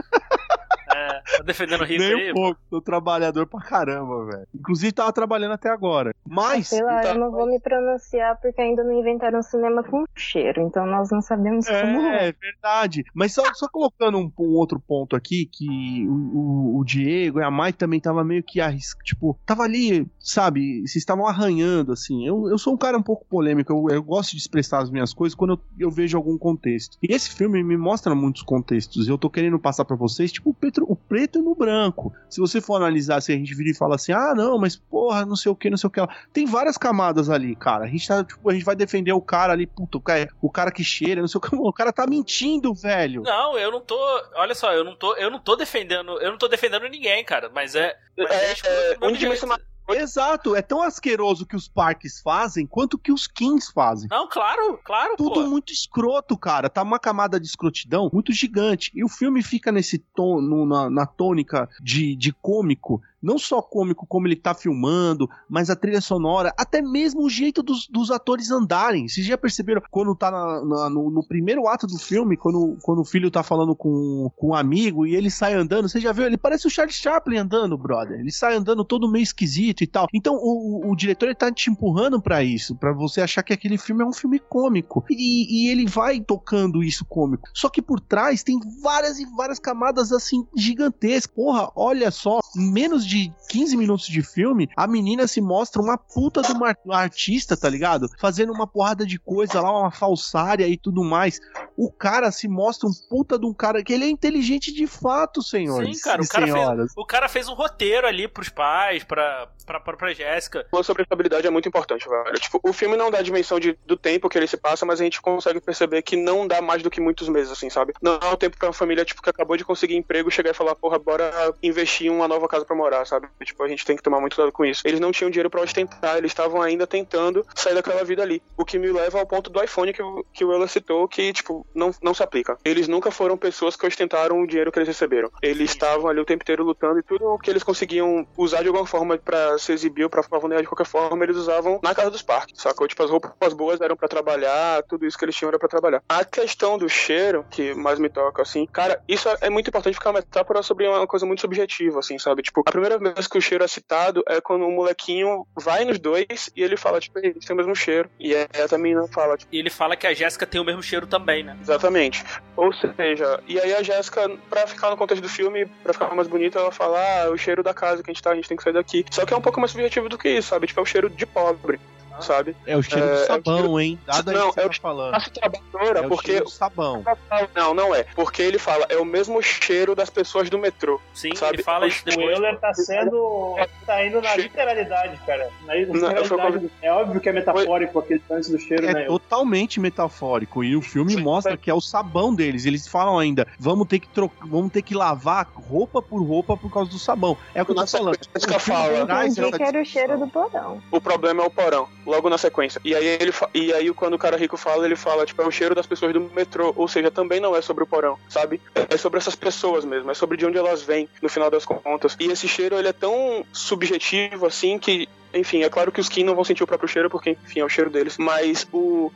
Tá defendendo o rico aí? Nem um pouco, sou trabalhador pra caramba, velho. Inclusive tava trabalhando até agora. Mas... Sei lá, eu não vou me pronunciar porque ainda não inventaram cinema com cheiro, então nós não sabemos como é. É verdade. Mas só colocando um outro ponto aqui, que o Diego e a Mai também tava meio que tipo, tava ali, sabe, vocês estavam arranhando, assim. Eu sou um cara um pouco polêmico, eu gosto de expressar as minhas coisas quando eu vejo algum contexto. E esse filme me mostra muitos contextos, e eu tô querendo passar pra vocês, tipo, o preto e no branco. Se você for analisar, se a gente vira e fala assim, não, mas porra, não sei o que lá. Tem várias camadas ali, cara. A gente vai defender o cara ali, puta, o cara que cheira, não sei o que. O cara tá mentindo, velho. Não, eu não tô. Olha só, eu não tô defendendo ninguém, cara. Mas unidimensional. Exato, é tão asqueroso que os parques fazem quanto que os Kings fazem. Não, claro, tudo muito escroto, cara. Tá uma camada de escrotidão muito gigante. E o filme fica nesse tom, na tônica de cômico. Não só cômico como ele tá filmando, mas a trilha sonora, até mesmo o jeito dos atores andarem. Vocês já perceberam quando tá no primeiro ato do filme, quando o filho tá falando com um amigo e ele sai andando, você já viu? Ele parece o Charles Chaplin andando, brother. Ele sai andando todo meio esquisito e tal. Então o diretor ele tá te empurrando pra isso, pra você achar que aquele filme é um filme cômico. E ele vai tocando isso cômico. Só que por trás tem várias e várias camadas assim gigantescas. Porra, olha só, menos de 15 minutos de filme, a menina se mostra uma puta de uma artista, tá ligado? Fazendo uma porrada de coisa lá, uma falsária e tudo mais. O cara se mostra um puta de um cara que ele é inteligente de fato, senhores. Sim, cara, o cara fez um roteiro ali pros pais, pra Jéssica. A sobrestabilidade é muito importante, velho. Tipo, o filme não dá a dimensão do tempo que ele se passa, mas a gente consegue perceber que não dá mais do que muitos meses, assim, sabe? Não é o tempo pra uma família, tipo, que acabou de conseguir emprego, chegar e falar, porra, bora investir em uma nova casa pra morar, sabe? Tipo, a gente tem que tomar muito cuidado com isso. Eles não tinham dinheiro pra ostentar, eles estavam ainda tentando sair daquela vida ali. O que me leva ao ponto do iPhone que o Euler citou, que, tipo, não se aplica. Eles nunca foram pessoas que ostentaram o dinheiro que eles receberam. Eles estavam ali o tempo inteiro lutando e tudo o que eles conseguiam usar de alguma forma pra se exibir ou pra vulnerar de qualquer forma, eles usavam na casa dos parques, sacou? Tipo, as roupas boas eram pra trabalhar, tudo isso que eles tinham era pra trabalhar. A questão do cheiro, que mais me toca, assim, cara, isso é muito importante porque é uma metáfora sobre uma coisa muito subjetiva, assim, sabe? Tipo, a primeira vez que o cheiro é citado é quando o molequinho vai nos dois e ele fala, tipo, eles têm o mesmo cheiro. E a menina fala, tipo... E ele fala que a Jéssica tem o mesmo cheiro também, né? Exatamente. Ou seja, e aí a Jéssica, pra ficar no contexto do filme, pra ficar mais bonita, ela fala, o cheiro da casa que a gente tem que sair daqui. Só que é um pouco mais subjetivo do que isso, sabe? Tipo, é o cheiro de pobre. sabe? É o cheiro do sabão, hein? Dado aí Não, que você tá falando. Classe trabalhadora, É o porque... cheiro do sabão. Não é. Porque ele fala, é o mesmo cheiro das pessoas do metrô. Sim, sabe? ele fala isso O depois. Euler tá indo na literalidade, cara. Na literalidade. É óbvio que é metafórico aquele lance do cheiro, né? É totalmente metafórico. E o filme mostra que é o sabão deles. Eles falam ainda, vamos ter que lavar roupa por causa do sabão. É o que eu tô falando. Entendi que era o cheiro do porão. O problema é o porão, logo na sequência. E aí quando o cara rico fala, ele fala, tipo, é o cheiro das pessoas do metrô. Ou seja, também não é sobre o porão, sabe? É sobre essas pessoas mesmo. É sobre de onde elas vêm, no final das contas. E esse cheiro, ele é tão subjetivo, assim, que... Enfim, é claro que os Kim não vão sentir o próprio cheiro, porque, enfim, é o cheiro deles. Mas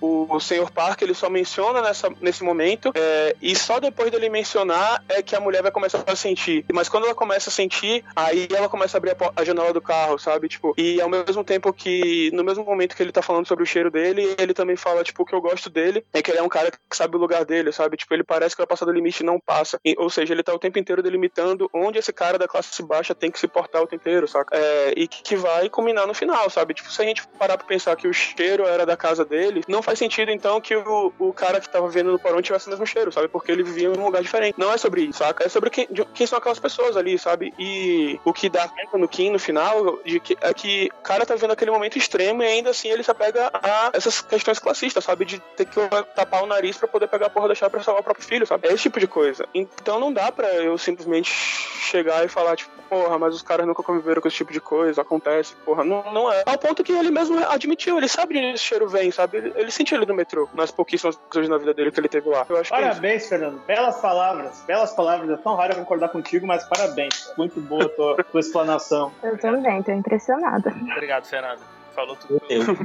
o Sr. Park, ele só menciona nesse momento, e só depois dele mencionar é que a mulher vai começar a sentir. Mas quando ela começa a sentir, aí ela começa a abrir a janela do carro, sabe? Tipo, e ao mesmo tempo que, no mesmo momento que ele tá falando sobre o cheiro dele, ele também fala, tipo, o que eu gosto dele é que ele é um cara que sabe o lugar dele, sabe? Tipo, ele parece que vai passar do limite e não passa. Ou seja, ele tá o tempo inteiro delimitando onde esse cara da classe baixa tem que se portar o tempo inteiro, saca? E que vai culminar no final, sabe? Tipo, se a gente parar pra pensar que o cheiro era da casa dele, não faz sentido, então, que o cara que tava vivendo no porão tivesse o mesmo cheiro, sabe? Porque ele vivia em um lugar diferente. Não é sobre isso, saca? É sobre quem são aquelas pessoas ali, sabe? E o que dá raiva no Kim, no final, é que o cara tá vendo aquele momento extremo e ainda assim ele se apega a essas questões classistas, sabe? De ter que tapar o nariz pra poder pegar a porra da chave pra salvar o próprio filho, sabe? É esse tipo de coisa. Então não dá pra eu simplesmente chegar e falar, tipo, porra, mas os caras nunca conviveram com esse tipo de coisa, acontece, porra, não é. Ao ponto que ele mesmo admitiu, ele sabe de onde esse cheiro vem, sabe? Ele sentiu ele no metrô, nas pouquíssimas coisas na vida dele que ele teve lá. Eu acho parabéns, que Fernando. Belas palavras. É tão raro eu concordar contigo, mas parabéns. Muito boa a tua explanação. Eu também, tô impressionada. Obrigado, Fernando. Falou tudo.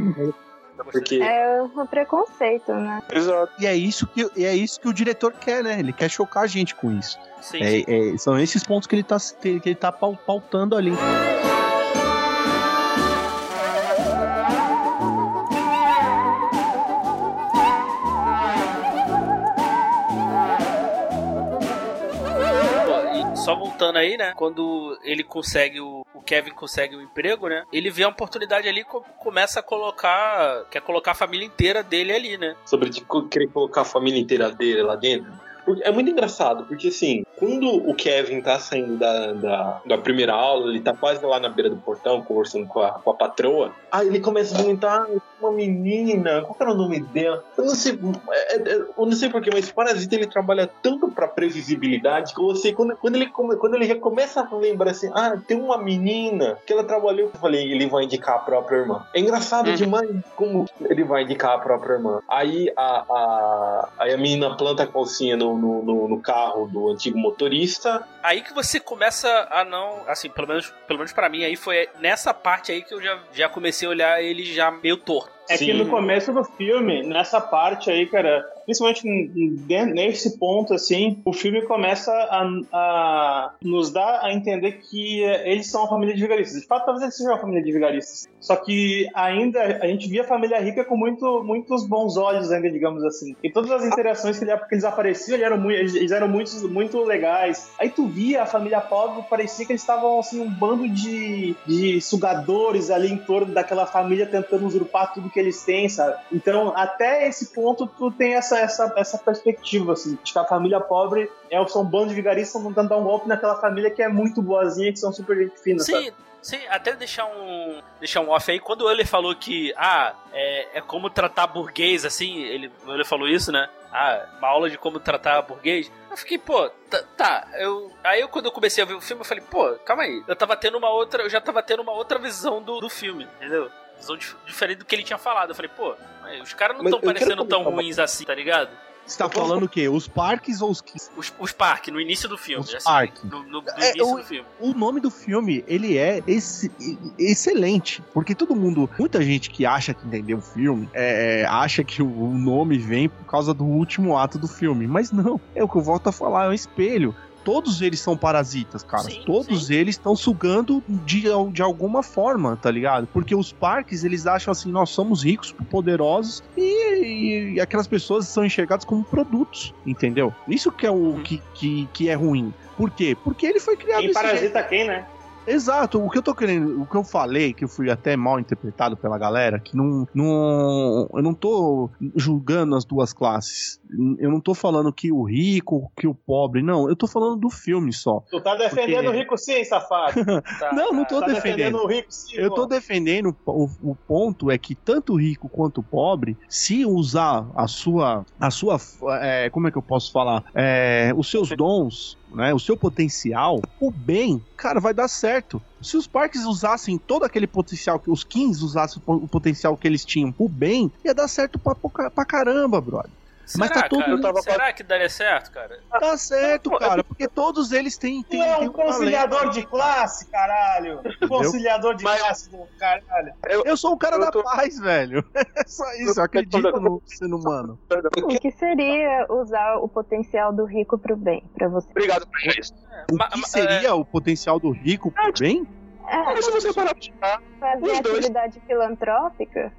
Porque... É um preconceito, né? Exato. E é isso que o diretor quer, né? Ele quer chocar a gente com isso. Sim. São esses pontos que ele tá pautando ali. Só voltando aí, né? Quando ele consegue, o Kevin consegue um emprego, né? Ele vê a oportunidade ali e começa a quer colocar a família inteira dele ali, né? Sobre querer colocar a família inteira dele lá dentro. É muito engraçado, porque assim, quando o Kevin tá saindo da primeira aula, ele tá quase lá na beira do portão, conversando com a patroa, aí ele começa a comentar, uma menina, qual que era o nome dela? Eu não sei porquê, mas Parasita ele trabalha tanto pra previsibilidade que você, quando ele já começa a lembrar assim, tem uma menina que ela trabalhou, eu falei, ele vai indicar a própria irmã. É engraçado demais como ele vai indicar a própria irmã. Aí a menina planta a calcinha no carro do antigo motorista. Aí que você começa a não... Assim, pelo menos pra mim, aí foi nessa parte aí que eu já comecei a olhar ele já meio torto. É que no começo do filme, nessa parte aí, cara, principalmente nesse ponto, assim, o filme começa a nos dar a entender que eles são uma família de vigaristas. De fato, talvez eles sejam uma família de vigaristas. Só que ainda a gente via a família rica com muitos bons olhos ainda, digamos assim. E todas as interações que eles apareciam, eles eram muito legais. Aí tu via a família pobre, parecia que eles estavam, assim, um bando de sugadores ali em torno daquela família tentando usurpar tudo que eles têm, sabe? Então, até esse ponto, tu tem essa perspectiva, assim, de que a família pobre são um bando de vigaristas tentando dar um golpe naquela família que é muito boazinha, que são super gente fina, sabe? Sim, até deixar um off aí, quando ele falou que, é como tratar burguês, assim, ele falou isso, né? Uma aula de como tratar burguês. Eu fiquei, pô, Aí quando eu comecei a ver o filme, eu falei, pô, calma aí, eu já tava tendo uma outra visão do filme, entendeu? Visão diferente do que ele tinha falado. Eu falei, pô, os caras não estão parecendo tão ruins assim, tá ligado? Você tá falando o quê? Os parques ou os... Os parques, no início do filme. Os assim, parques. No início do filme. O nome do filme, ele é excelente. Porque muita gente que acha que entendeu o filme, acha que o nome vem por causa do último ato do filme. Mas não, é o que eu volto a falar, é um espelho. Todos eles são parasitas, cara. Sim, todos eles estão sugando de alguma forma, tá ligado? Porque os parques, eles acham assim, nós somos ricos, poderosos e aquelas pessoas são enxergadas como produtos, entendeu? Isso que é o que é ruim. Por quê? Porque ele foi criado... Quem parasita quem, né? Exato, o que eu tô querendo, o que eu falei, que eu fui até mal interpretado pela galera, que eu não tô julgando as duas classes. Eu não tô falando que o rico, que o pobre, não. Eu tô falando do filme só. Tu tá defendendo o rico sim, safado. Não tô defendendo o rico sim. Eu tô defendendo, o ponto é que tanto o rico quanto o pobre, se usar a sua como é que eu posso falar? Os seus dons, né, o seu potencial, o bem, cara, vai dar certo. Se os parques usassem todo aquele potencial, que os 15 usassem o potencial que eles tinham pro bem, ia dar certo pra caramba, brother. Será, mas tá todo cara? Será que daria certo, cara? Tá certo, cara, porque todos eles têm Tu é um conciliador de classe, caralho. Conciliador de classe do caralho. Eu sou um cara da paz, velho. É só isso, eu acredito no ser humano. O que seria usar o potencial do rico pro bem, pra você? Obrigado por isso. O que seria o potencial do rico pro bem? Mas se você parar pra tirar, fazer atividade filantrópica?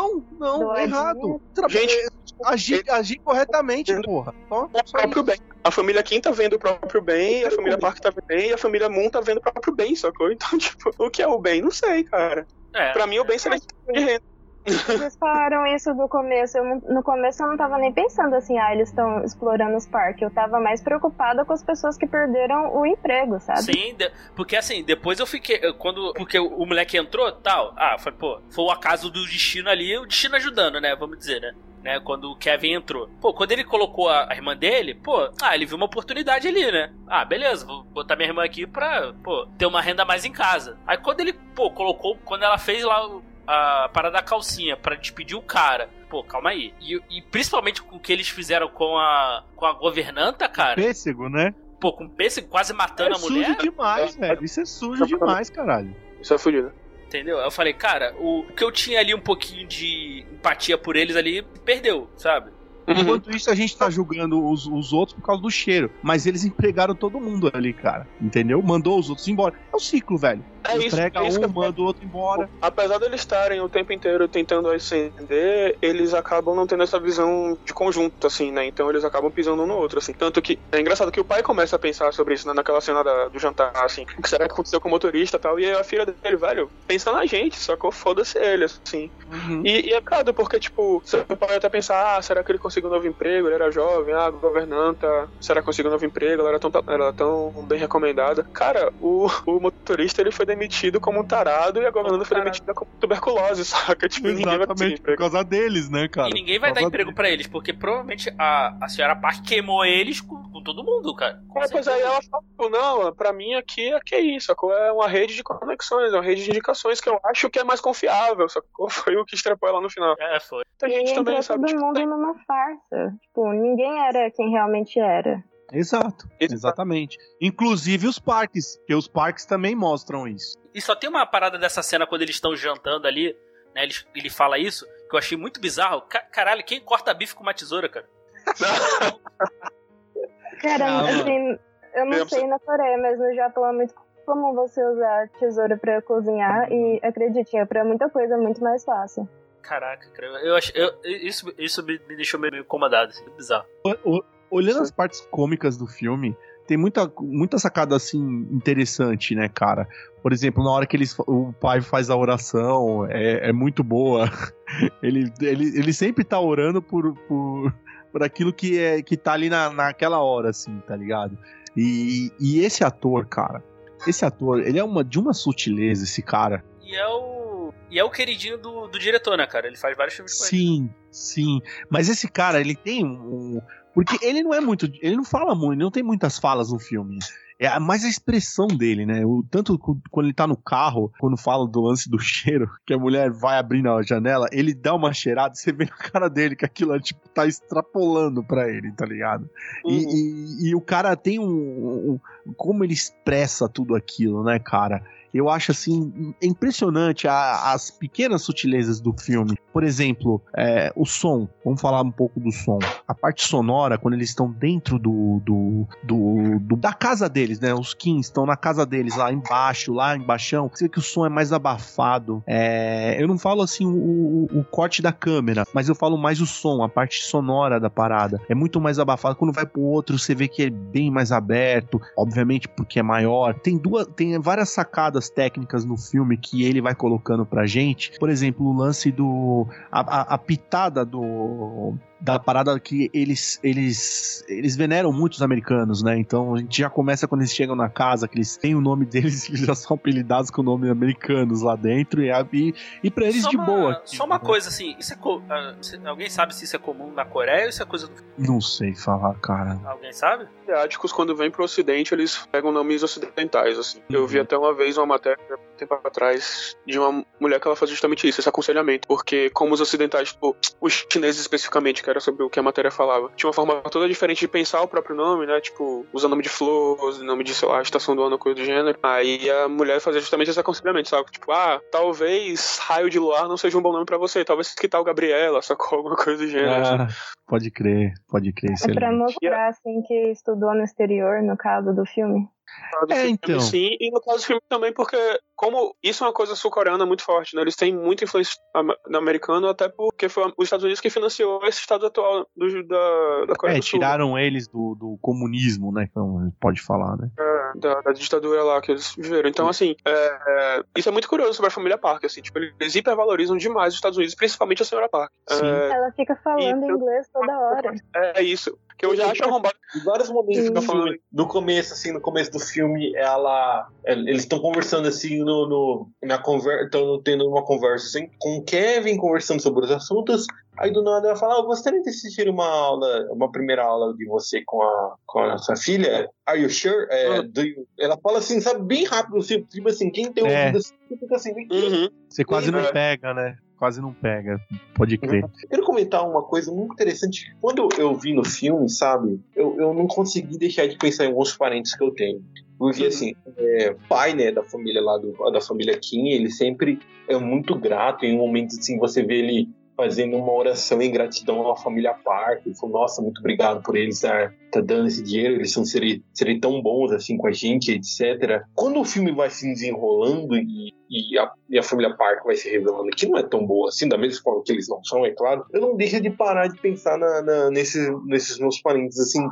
Não, é errado. Gente, agir corretamente, porra. Só próprio bem. A família Kim tá vendo o próprio bem, a família Park tá vendo bem, e a família Moon tá vendo o próprio bem, sacou? Então, tipo, o que é o bem? Não sei, cara. Pra mim, o bem seria de renda. Vocês falaram isso do começo. No começo eu não tava nem pensando assim, eles estão explorando os parques. Eu tava mais preocupada com as pessoas que perderam o emprego, sabe? Sim, porque assim, depois eu fiquei. Porque o moleque entrou tal. Foi o acaso do destino ali, o destino ajudando, né? Vamos dizer, né? Quando o Kevin entrou. Quando ele colocou a irmã dele, ele viu uma oportunidade ali, né? Beleza, vou botar minha irmã aqui pra, ter uma renda a mais em casa. Aí quando ele, colocou, quando ela fez lá a parada da calcinha pra despedir o cara, calma aí. E principalmente com o que eles fizeram com a governanta, cara. Pêssego, né? Com pêssego quase matando a mulher. Sujo demais, velho. Isso é sujo demais, caralho. Isso é fudido. Entendeu? Eu falei, cara, o que eu tinha ali um pouquinho de empatia por eles ali, perdeu, sabe? Enquanto isso, a gente tá julgando os outros por causa do cheiro. Mas eles empregaram todo mundo ali, cara. Entendeu? Mandou os outros embora. É o ciclo, velho. Emprega manda o outro embora. Apesar de eles estarem o tempo inteiro tentando ascender, eles acabam não tendo essa visão de conjunto, assim, né? Então eles acabam pisando um no outro, assim. Tanto que é engraçado que o pai começa a pensar sobre isso, né? Naquela cena do jantar, assim. O que será que aconteceu com o motorista e tal? E a filha dele, velho, pensa na gente, sacou? Foda-se ele, assim. E é claro, porque, tipo, você pode até pensar, será que ele conseguiu um novo emprego? Ele era jovem, a governanta, será que conseguiu um novo emprego? Ela era tão bem recomendada. Cara, o motorista, ele foi demitido como um tarado e a governanta foi demitida como tuberculose, saca? Tipo, exatamente, por causa deles, né, cara? E ninguém vai dar emprego pra eles, porque provavelmente a senhora Park queimou eles com todo mundo, cara. Pois aí ela falou, não, pra mim aqui é isso, sacou? É uma rede de conexões, é uma rede de indicações que eu acho que é mais confiável, sacou? Foi o que estrepou ela no final. Foi. A gente também sabe. Todo mundo numa farsa. Tipo, ninguém era quem realmente era. Exato, exatamente. Inclusive os parques, porque os parques também mostram isso. E só tem uma parada dessa cena quando eles estão jantando ali, né? Ele fala isso, que eu achei muito bizarro. Caralho, quem corta bife com uma tesoura, cara? Cara, assim, eu não sei na Coreia, mas no Japão é muito comum você usar tesoura pra cozinhar e, acredite, é pra muita coisa muito mais fácil. Caraca, cara, isso me deixou meio incomodado, assim, bizarro. Olhando as partes cômicas do filme, tem muita sacada, assim, interessante, né, cara? Por exemplo, na hora que o pai faz a oração, é muito boa. Ele sempre tá orando por aquilo que tá ali naquela hora, assim, tá ligado? E esse ator, cara, ele é de uma sutileza, esse cara. E é o queridinho do diretor, né, cara? Ele faz vários filmes com ele. Sim. Mas esse cara, ele tem porque ele não fala muito, ele não tem muitas falas no filme. É mais a expressão dele, né? Tanto quando ele tá no carro, quando fala do lance do cheiro, que a mulher vai abrindo a janela, ele dá uma cheirada e você vê na cara dele que aquilo tipo, tá extrapolando pra ele, tá ligado? E o cara tem como ele expressa tudo aquilo, né, cara? eu acho, assim, impressionante as pequenas sutilezas do filme. Por exemplo, o som. Vamos falar um pouco do som. A parte sonora, quando eles estão dentro da casa deles, né? Os Kings estão na casa deles, lá embaixão. Você vê que o som é mais abafado. Eu não falo, assim, o corte da câmera, mas eu falo mais o som, a parte sonora da parada. É muito mais abafado. Quando vai pro outro, você vê que é bem mais aberto, obviamente porque é maior. Tem várias sacadas técnicas no filme que ele vai colocando pra gente. Por exemplo, o lance a pitada da parada que eles veneram muito os americanos, né? Então a gente já começa quando eles chegam na casa, que eles têm o nome deles, eles já são apelidados com o nome americanos lá dentro, e pra eles de boa. Só uma coisa, assim, isso alguém sabe se isso é comum na Coreia ou isso é coisa do... Não sei falar, cara. Alguém sabe? Asiáticos, quando vêm pro ocidente, eles pegam nomes ocidentais, assim. Eu vi até uma vez uma matéria, tempo atrás, de uma mulher que ela fazia justamente isso, esse aconselhamento, porque como os ocidentais, tipo, os chineses especificamente, que era sobre o que a matéria falava, tinha uma forma toda diferente de pensar o próprio nome, né, tipo, usando nome de flores, nome de, sei lá, estação do ano, coisa do gênero. Aí a mulher fazia justamente esse aconselhamento, sabe, tipo, talvez Raio de Luar não seja um bom nome pra você, talvez que tal Gabriela, sacou, alguma coisa do gênero. Pode crer, excelente. Pra mostrar, assim, que estudou no exterior, no caso do filme. Então. Sim, e no caso do filme também, porque como isso é uma coisa sul-coreana muito forte, né? Eles têm muita influência americana, até porque foi os Estados Unidos que financiou esse estado atual da Coreia do Sul. Tiraram eles do comunismo, né? Então, pode falar, né? Da ditadura lá que eles viveram. Então, assim, isso é muito curioso sobre a família Park, assim, tipo, eles hipervalorizam demais os Estados Unidos, principalmente a senhora Park. Ela fica falando inglês toda hora. É isso. Que eu já acho arrombado. Em vários momentos do filme, no começo do filme, eles estão conversando assim na conversa, estão tendo uma conversa assim, com o Kevin conversando sobre os assuntos. Aí do nada ela fala: eu gostaria de assistir uma primeira aula de você com a sua filha. Are you sure? Ela fala assim, sabe, bem rápido, tipo assim, quem tem ouvido assim, fica assim, você quase não pega, né? Quase não pega, pode crer. Eu quero comentar uma coisa muito interessante. Quando eu vi no filme, sabe, eu não consegui deixar de pensar em alguns parentes que eu tenho. Porque, assim, pai, né, da família lá, da família Kim, ele sempre é muito grato. Em um momento, assim, você vê ele fazendo uma oração em gratidão à família Park. Ele falou: nossa, muito obrigado por eles estar dando esse dinheiro, eles são serem tão bons assim com a gente, etc. Quando o filme vai se desenrolando e a família Park vai se revelando que não é tão boa assim, da mesma forma que eles não são, é claro, eu não deixo de parar de pensar nesses meus parentes, assim,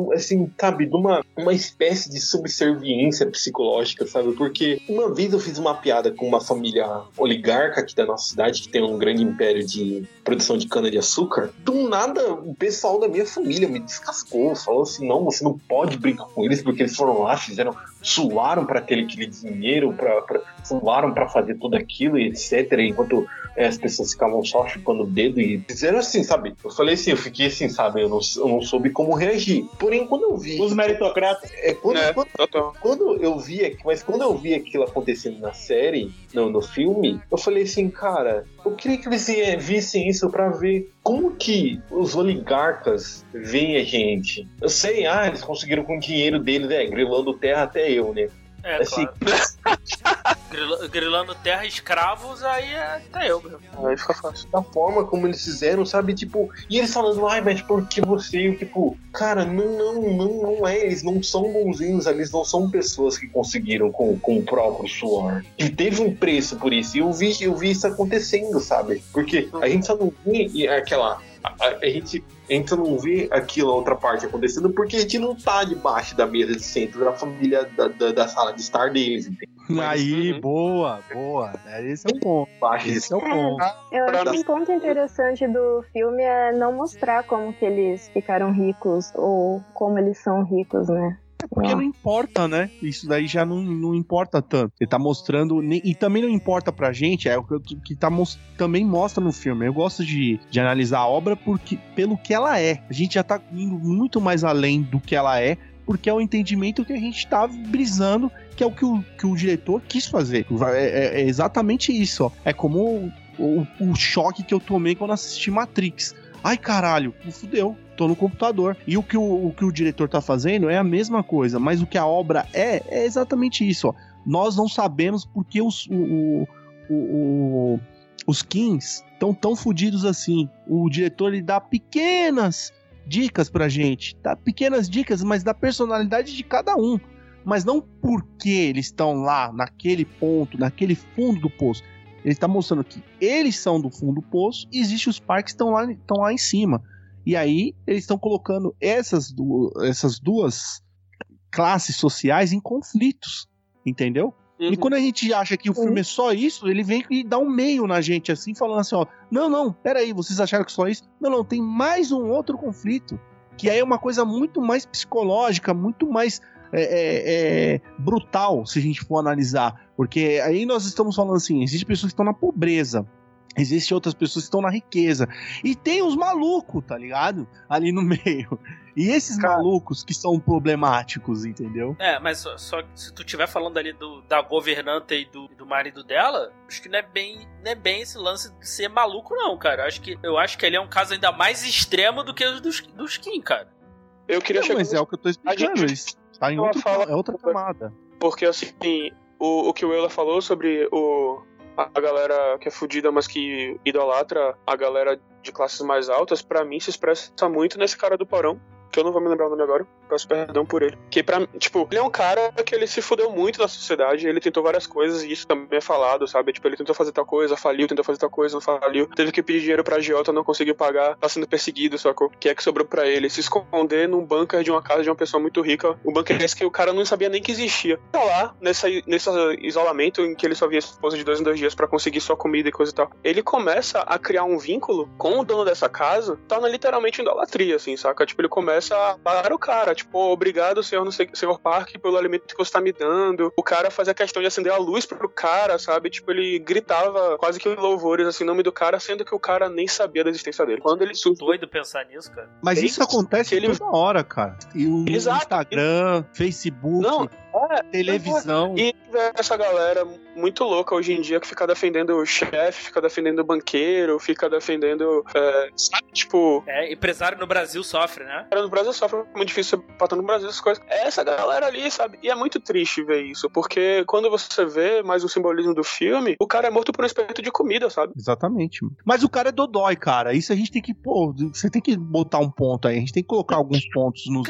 sabe, de uma espécie de subserviência psicológica, sabe? Porque uma vez eu fiz uma piada com uma família oligarca aqui da nossa cidade, que tem um grande império de produção de cana-de-açúcar. Do nada, o pessoal da minha família me descascou, falou assim: não, você não pode brincar com eles, porque eles foram lá, suaram para ter aquele dinheiro, suaram para fazer tudo aquilo e etc. Enquanto as pessoas ficavam só chupando o dedo e fizeram assim, sabe? Eu falei assim, eu fiquei assim, sabe? Eu não soube como reagir. Porém, quando eu vi... Os meritocratas. Quando eu vi aquilo acontecendo na série, no filme, eu falei assim, cara, eu queria que eles vissem isso pra ver como que os oligarcas veem a gente. Eu sei, eles conseguiram com o dinheiro deles, grilando terra até eu, né? Assim, claro. Grilando terra, escravos, aí até eu, meu. Aí fica fácil. Da forma como eles fizeram, sabe? Tipo, e eles falando: mas por que você? Tipo, cara, não é. Eles não são bonzinhos, eles não são pessoas que conseguiram com o próprio suor. E teve um preço por isso. E eu vi isso acontecendo, sabe? Porque a gente só não vê aquela. A gente não vê aquilo, a outra parte acontecendo, porque a gente não tá debaixo da mesa de centro da família, da sala de estar deles, entendeu? Aí, boa. Esse é o ponto. Esse é o ponto. Eu acho que um ponto interessante do filme é não mostrar como que eles ficaram ricos ou como eles são ricos, né? Porque não importa, né? Isso daí já não importa tanto. Ele tá mostrando... E também não importa pra gente, é o que também mostra no filme. Eu gosto de analisar a obra pelo que ela é. A gente já tá indo muito mais além do que ela é, porque é o entendimento que a gente tá brisando, que é o que o diretor quis fazer. É exatamente isso, ó. É como o choque que eu tomei quando assisti Matrix. Ai, caralho, me fudeu. Tô no computador. E o que o diretor tá fazendo é a mesma coisa, mas o que a obra é exatamente isso, ó. nós não sabemos porque os Kings estão tão fodidos assim. O diretor, ele dá pequenas dicas pra gente, dá pequenas dicas, mas da personalidade de cada um, mas não porque eles estão lá, naquele ponto, naquele fundo do poço. Ele tá mostrando que eles são do fundo do poço e existem os Parks que estão lá em cima. E aí, eles estão colocando essas duas classes sociais em conflitos, entendeu? E quando a gente acha que o filme é só isso, ele vem e dá um meio na gente, assim, falando assim, ó, não, peraí, vocês acharam que só isso? Não, tem mais um outro conflito, que aí é uma coisa muito mais psicológica, muito mais brutal, se a gente for analisar, porque aí nós estamos falando assim, existem pessoas que estão na pobreza, existem outras pessoas que estão na riqueza, e tem os malucos, tá ligado? Ali no meio. E esses malucos que são problemáticos, entendeu? Mas só se tu estiver falando ali da governanta e do marido dela, acho que não é bem esse lance de ser maluco, não, cara. Eu acho que ele é um caso ainda mais extremo do que os dos Kim, cara. Eu queria chegar... Mas é o que eu tô explicando, isso tá em outra camada. Porque, assim, o que o Euler falou sobre a galera que é fudida, mas que idolatra a galera de classes mais altas, pra mim se expressa muito nesse cara do porão, que eu não vou me lembrar o nome agora, peço perdão por ele. Que ele é um cara que ele se fudeu muito da sociedade, ele tentou várias coisas, e isso também é falado, sabe? Tipo, ele tentou fazer tal coisa, faliu, tentou fazer tal coisa, não faliu, teve que pedir dinheiro pra agiota, não conseguiu pagar, tá sendo perseguido, sacou? O que é que sobrou pra ele? Se esconder num bunker de uma casa de uma pessoa muito rica, um bunker esse que o cara não sabia nem que existia. Tá lá, nesse isolamento em que ele só via a esposa de 2 em 2 dias pra conseguir sua comida e coisa e tal. Ele começa a criar um vínculo com o dono dessa casa, tá literalmente idolatria, assim, saca? Tipo, ele começa a parar o cara, tipo, obrigado, senhor Park, pelo alimento que você tá me dando. O cara fazia questão de acender a luz pro cara, sabe? Tipo, ele gritava quase que louvores, assim, em nome do cara, sendo que o cara nem sabia da existência dele. Quando ele doido pensar nisso, cara. Mas isso acontece toda hora, cara. E o Instagram, Facebook... televisão. E essa galera muito louca hoje em dia que fica defendendo o chefe, fica defendendo o banqueiro, fica defendendo, sabe, tipo... empresário no Brasil sofre, né? No Brasil sofre, é muito difícil você botar no Brasil essas coisas. É essa galera ali, sabe? E é muito triste ver isso, porque quando você vê mais o simbolismo do filme, o cara é morto por um espeto de comida, sabe? Exatamente. Mas o cara é dodói, cara. Isso a gente tem que, você tem que botar um ponto aí. A gente tem que colocar alguns pontos nos...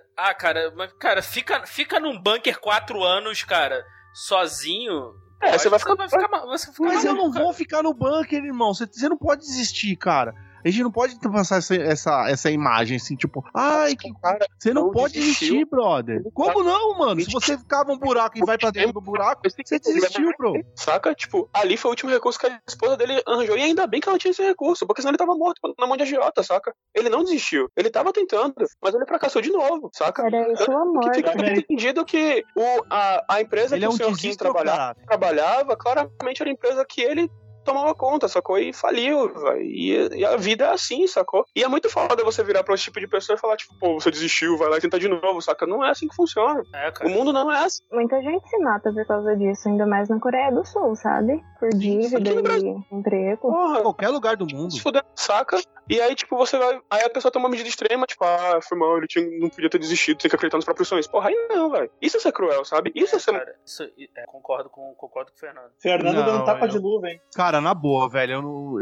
Cara, fica num bunker 4 anos, cara, sozinho. Você vai ficar Mas eu não vou ficar no bunker, irmão. Você não pode desistir, cara. A gente não pode passar essa imagem assim, tipo, você não pode desistir, brother. Como não, mano? Se você ficava um buraco e vai pra dentro do buraco, você desistiu, bro. Saca? Tipo, ali foi o último recurso que a esposa dele arranjou, e ainda bem que ela tinha esse recurso, porque senão ele tava morto na mão de agiota, saca? Ele não desistiu. Ele tava tentando, mas ele fracassou de novo, saca? Era isso o amor. Que fica entendido que a empresa que o Sr. King trabalhava, claramente era a empresa que ele tomava conta, sacou? E faliu, véio. E a vida é assim, sacou? E é muito foda você virar pra esse tipo de pessoa e falar, tipo, pô, você desistiu, vai lá e tenta de novo, saca? Não é assim que funciona. O mundo não é assim. Muita gente se mata por causa disso, ainda mais na Coreia do Sul, sabe? Por dívida e emprego. Porra, qualquer lugar do mundo. Se fuder, saca? E aí, tipo, você vai... Aí a pessoa toma uma medida extrema, tipo, foi mal, ele não podia ter desistido, tem que acreditar nos próprios sonhos. Porra, aí não, velho. Isso é ser cruel, sabe? Isso é ser... Cara, concordo com o Fernando. Fernando dando tapa de luva, hein? Cara, na boa, velho,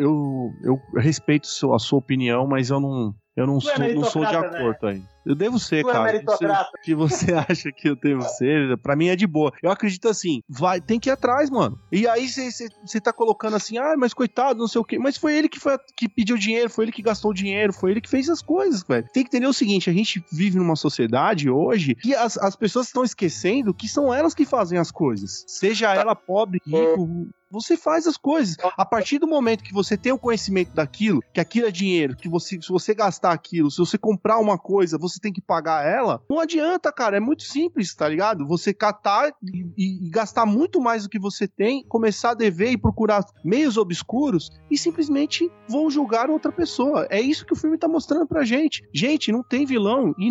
eu respeito a sua opinião, mas eu não sou de acordo aí. Eu devo ser, cara. Que você acha que eu devo ser, pra mim é de boa. Eu acredito assim, tem que ir atrás, mano. E aí você tá colocando assim, mas coitado, não sei o quê. Mas foi ele que pediu dinheiro, foi ele que gastou dinheiro, foi ele que fez as coisas, velho. Tem que entender o seguinte, a gente vive numa sociedade hoje que as pessoas estão esquecendo que são elas que fazem as coisas. Seja ela pobre, rico... Você faz as coisas. A partir do momento que você tem o conhecimento daquilo, que aquilo é dinheiro, que se você gastar aquilo, se você comprar uma coisa, você tem que pagar ela, não adianta, cara. É muito simples, tá ligado? Você catar e gastar muito mais do que você tem, começar a dever e procurar meios obscuros e simplesmente vão julgar outra pessoa. É isso que o filme tá mostrando pra gente. Gente, não tem vilão e nem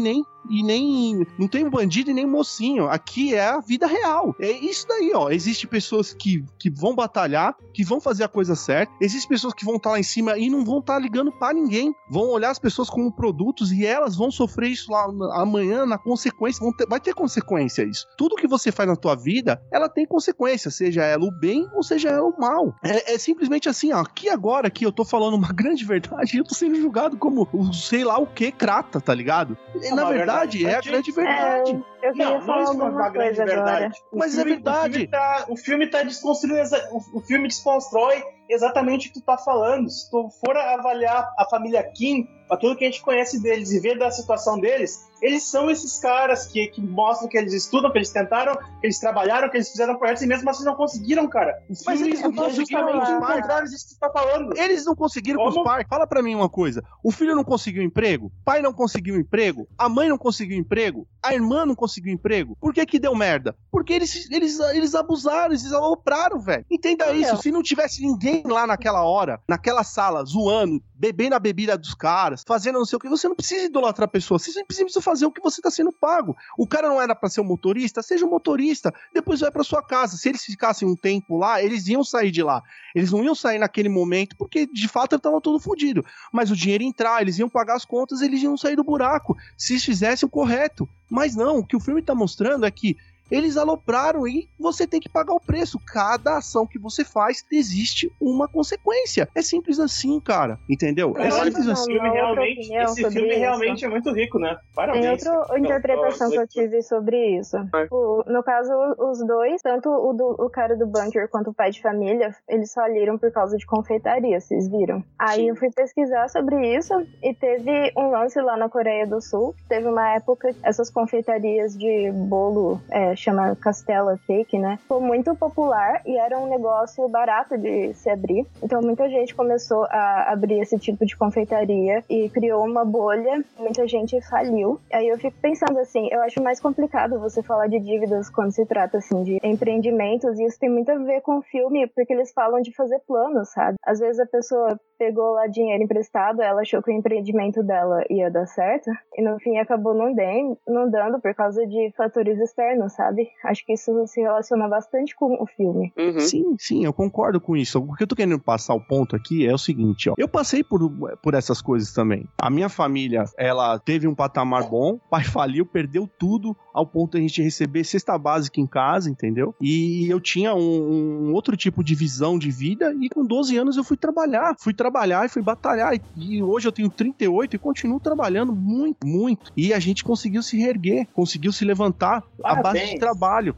e nem... Não tem um bandido e nem um mocinho. Aqui é a vida real. É isso daí, ó. Existem pessoas que vão batalhar, que vão fazer a coisa certa. Existem pessoas que vão estar lá em cima e não vão estar ligando pra ninguém. Vão olhar as pessoas como produtos e elas vão sofrer isso lá amanhã na consequência. Vai ter consequência isso. Tudo que você faz na tua vida, ela tem consequência. Seja ela o bem ou seja ela o mal. É simplesmente assim, ó. Aqui eu tô falando uma grande verdade e eu tô sendo julgado como sei lá o que crata, tá ligado? Na verdade, é a grande verdade. Eu queria falar alguma coisa agora. Mas é verdade. O filme tá desconstruindo. O filme desconstrói exatamente o que tu tá falando. Se tu for avaliar a família Kim, aquilo que a gente conhece deles e ver da situação deles, eles são esses caras que mostram que eles estudam, que eles tentaram, que eles trabalharam, que eles fizeram projetos e mesmo assim não conseguiram, cara. Mas eles não conseguiram com os pais. Disso que tu tá falando. Eles não conseguiram com os pais. Fala pra mim uma coisa. O filho não conseguiu emprego? O pai não conseguiu emprego? A mãe não conseguiu emprego? A irmã não conseguiu emprego? Por que deu merda? Porque eles abusaram, eles alopraram, velho. Entenda isso. Se não tivesse ninguém lá naquela hora, naquela sala, zoando, bebendo a bebida dos caras, fazendo não sei o que, você não precisa idolatrar a pessoa. Você sempre precisa fazer o que você tá sendo pago. O cara não era pra ser um motorista? Seja um motorista. Depois vai pra sua casa. Se eles ficassem um tempo lá, eles iam sair de lá. Eles não iam sair naquele momento, porque de fato eles estavam todo fodido. Mas o dinheiro ia entrar, eles iam pagar as contas, eles iam sair do buraco. Se eles fizessem o correto. Mas não, o que o filme tá mostrando é que eles alopraram e você tem que pagar o preço. Cada ação que você faz, existe uma consequência. É simples assim, cara. Entendeu? É simples assim. Esse filme realmente é muito rico, né? Parabéns. Tem outra interpretação que eu tive sobre isso. No caso, os dois, tanto o cara do bunker quanto o pai de família, eles faliram por causa de confeitaria, vocês viram? Aí eu fui pesquisar sobre isso e teve um lance lá na Coreia do Sul. Teve uma época, essas confeitarias de bolo, chama Castella Cake, né? Foi muito popular e era um negócio barato de se abrir. Então muita gente começou a abrir esse tipo de confeitaria e criou uma bolha. Muita gente faliu. Aí eu fico pensando assim, eu acho mais complicado você falar de dívidas quando se trata assim de empreendimentos, e isso tem muito a ver com o filme, porque eles falam de fazer planos, sabe? Às vezes a pessoa pegou lá dinheiro emprestado, ela achou que o empreendimento dela ia dar certo e no fim acabou não dando por causa de fatores externos, sabe? Acho que isso se relaciona bastante com o filme. Uhum. Sim, eu concordo com isso. O que eu tô querendo passar o ponto aqui é o seguinte, ó. Eu passei por essas coisas também. A minha família, ela teve um patamar bom, o pai faliu, perdeu tudo, ao ponto de a gente receber cesta básica em casa, entendeu? E eu tinha um outro tipo de visão de vida, e com 12 anos eu fui trabalhar e fui batalhar, e hoje eu tenho 38 e continuo trabalhando muito, muito. E a gente conseguiu se reerguer, conseguiu se levantar à base de trabalho,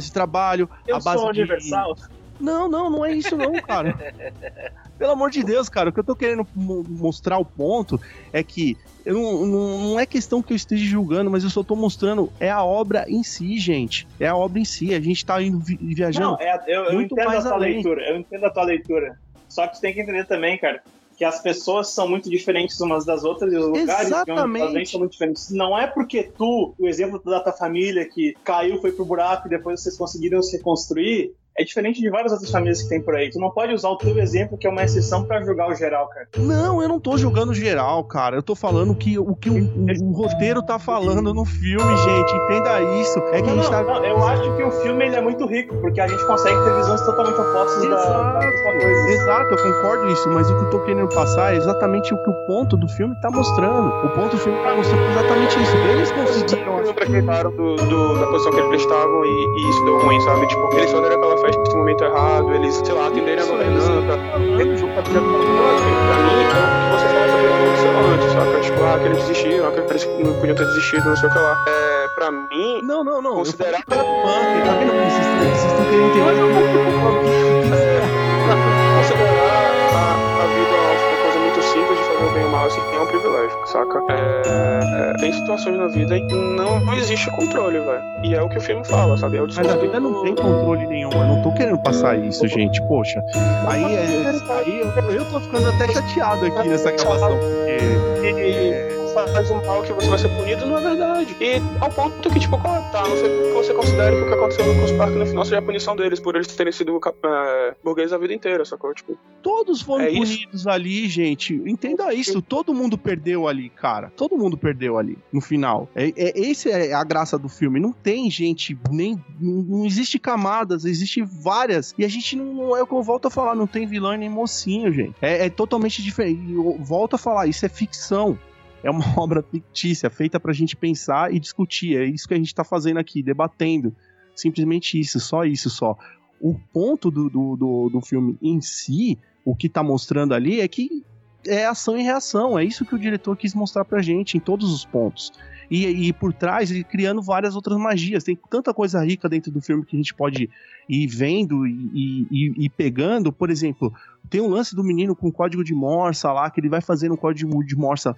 Eu sou universal. Não é isso não, cara. Pelo amor de Deus, cara, o que eu tô querendo mostrar o ponto é que não é questão que eu esteja julgando, mas eu só tô mostrando, é a obra em si, gente. É a obra em si, a gente tá indo viajando. Não, eu entendo a tua leitura, eu entendo a tua leitura. Só que tu tem que entender também, cara, que as pessoas são muito diferentes umas das outras e os lugares também são muito diferentes. Não é porque o exemplo da tua família que caiu, foi pro buraco e depois vocês conseguiram se reconstruir, é diferente de várias outras famílias que tem por aí. Tu não pode usar o teu exemplo, que é uma exceção, pra julgar o geral, cara. Não, eu não tô julgando o geral, cara. Eu tô falando que o roteiro tá falando no filme, gente. Entenda isso. É que eu acho que o filme ele é muito rico, porque a gente consegue ter visões totalmente opostas da mesma coisa. Exato, eu concordo nisso, mas o que eu tô querendo passar é exatamente o que o ponto do filme tá mostrando. O ponto do filme tá mostrando exatamente isso. Eles conseguiram... Eles acreditaram da posição que eles estavam e isso deu ruim, sabe? Tipo, eles fizeram aquela festa nesse momento errado, eles, sei lá, atenderem a governanta. Eles não podem pra mim, então, o que você fala também não aconteceu antes, saca? Tipo, que eles desistiram, que eles não podiam ter desistido, não sei o que lá. Pra mim, não. Considerar... Tá vendo? Vocês estão querendo entender. Considerar a vida uma coisa muito simples de fazer o bem e o mal, assim, é um privilégio, saca? Tem situações na vida em que não existe controle, velho. E é o que o filme fala, sabe? É o mas a vida não tem controle nenhum. Eu não tô querendo passar isso, gente. Poxa. Aí eu tô ficando até chateado aqui nessa gravação. Porque... faz um mal que você vai ser punido, não é verdade. E ao ponto que, tipo, tá, não sei que você considere que o que aconteceu no Cruz Park no final seja a punição deles, por eles terem sido burgueses a vida inteira, sacou? Tipo, todos foram punidos ali, gente. Entenda isso, todo mundo perdeu ali, cara. Todo mundo perdeu ali, no final. Esse é a graça do filme. Não tem gente, não existe camadas, existe várias. E a gente não é o que eu volto a falar, não tem vilão nem mocinho, gente. É totalmente diferente. Eu volto a falar, isso é ficção. É uma obra fictícia, feita pra gente pensar e discutir. É isso que a gente tá fazendo aqui, debatendo. Simplesmente isso, só isso, só. O ponto do filme em si, o que tá mostrando ali é que é ação e reação. É isso que o diretor quis mostrar pra gente em todos os pontos. E por trás, ele criando várias outras magias. Tem tanta coisa rica dentro do filme que a gente pode ir vendo e pegando. Por exemplo, tem um lance do menino com código de Morse lá, que ele vai fazendo um código de Morse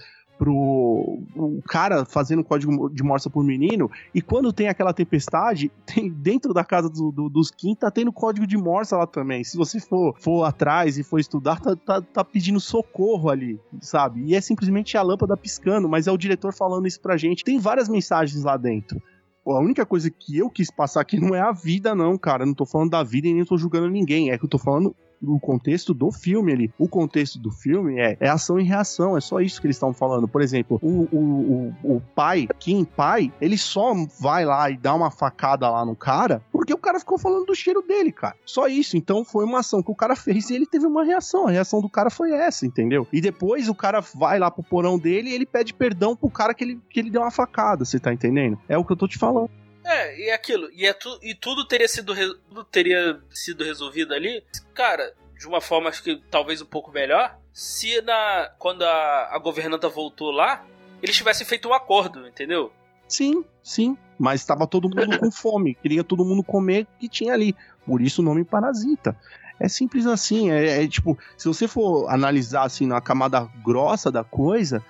o cara fazendo código de Morse pro menino, e quando tem aquela tempestade, dentro da casa dos Kim, tá tendo código de Morse lá também. Se você for atrás e for estudar, tá pedindo socorro ali, sabe? E é simplesmente a lâmpada piscando, mas é o diretor falando isso pra gente. Tem várias mensagens lá dentro. Pô, a única coisa que eu quis passar aqui não é a vida, não, cara. Eu não tô falando da vida e nem tô julgando ninguém. É que eu tô falando o contexto do filme ali. O contexto do filme é ação e reação, é só isso que eles estão falando. Por exemplo, o pai, Kim Pai, ele só vai lá e dá uma facada lá no cara porque o cara ficou falando do cheiro dele, cara. Só isso. Então foi uma ação que o cara fez e ele teve uma reação. A reação do cara foi essa, entendeu? E depois o cara vai lá pro porão dele e ele pede perdão pro cara que ele deu uma facada, você tá entendendo? É o que eu tô te falando. E aquilo, e tudo teria sido resolvido ali, cara, de uma forma acho que talvez um pouco melhor, se quando a governanta voltou lá, eles tivessem feito um acordo, entendeu? Sim, mas estava todo mundo com fome, queria todo mundo comer o que tinha ali, por isso o nome Parasita. É simples assim, tipo, se você for analisar assim na camada grossa da coisa,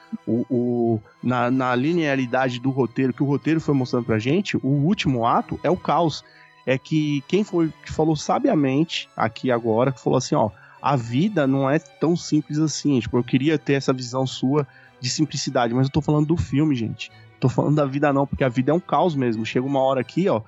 na linearidade do roteiro, que o roteiro foi mostrando pra gente, o último ato é o caos. É que quem foi que falou sabiamente aqui agora, que falou assim, ó, a vida não é tão simples assim, tipo, eu queria ter essa visão sua de simplicidade, mas eu tô falando do filme, gente. Tô falando da vida não, porque a vida é um caos mesmo. Chega uma hora aqui, ó,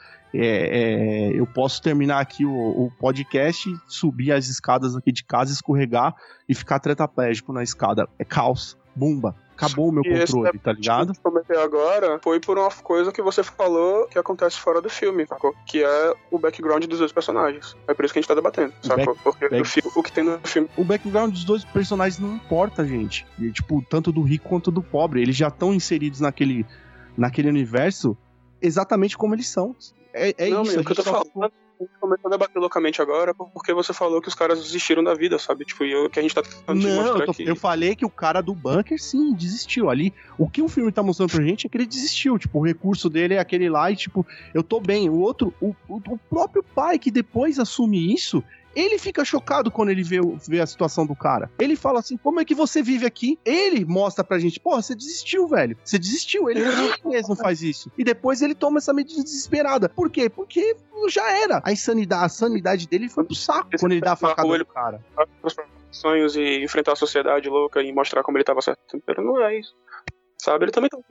eu posso terminar aqui o podcast, subir as escadas aqui de casa, escorregar e ficar tetraplégico na escada. É caos, bumba. Acabou o meu controle, tá ligado? O que eu comentei agora foi por uma coisa que você falou que acontece fora do filme, sacou? Que é o background dos dois personagens. É por isso que a gente tá debatendo, sacou? Porque o que tem no filme... O background dos dois personagens não importa, gente. E, tipo, tanto do rico quanto do pobre. Eles já estão inseridos naquele universo exatamente como eles são. Não, isso. O que eu tô falando... Começou a debater loucamente agora porque você falou que os caras desistiram da vida, sabe? Tipo, e o que a gente tá tentando te mostrar aqui. Eu falei que o cara do bunker, sim, desistiu ali. O que o filme tá mostrando pra gente é que ele desistiu. Tipo, o recurso dele é aquele lá e, tipo, eu tô bem. O outro, o próprio pai que depois assume isso, ele fica chocado quando ele vê a situação do cara. Ele fala assim, como é que você vive aqui? Ele mostra pra gente, porra, você desistiu, velho. Você desistiu, ele mesmo faz isso. E depois ele toma essa medida desesperada. Por quê? Porque já era. A sanidade dele foi pro saco quando ele dá a facada no cara. Sonhos e enfrentar a sociedade louca e mostrar como ele tava certo. Não é isso. Sabe? Ele também tá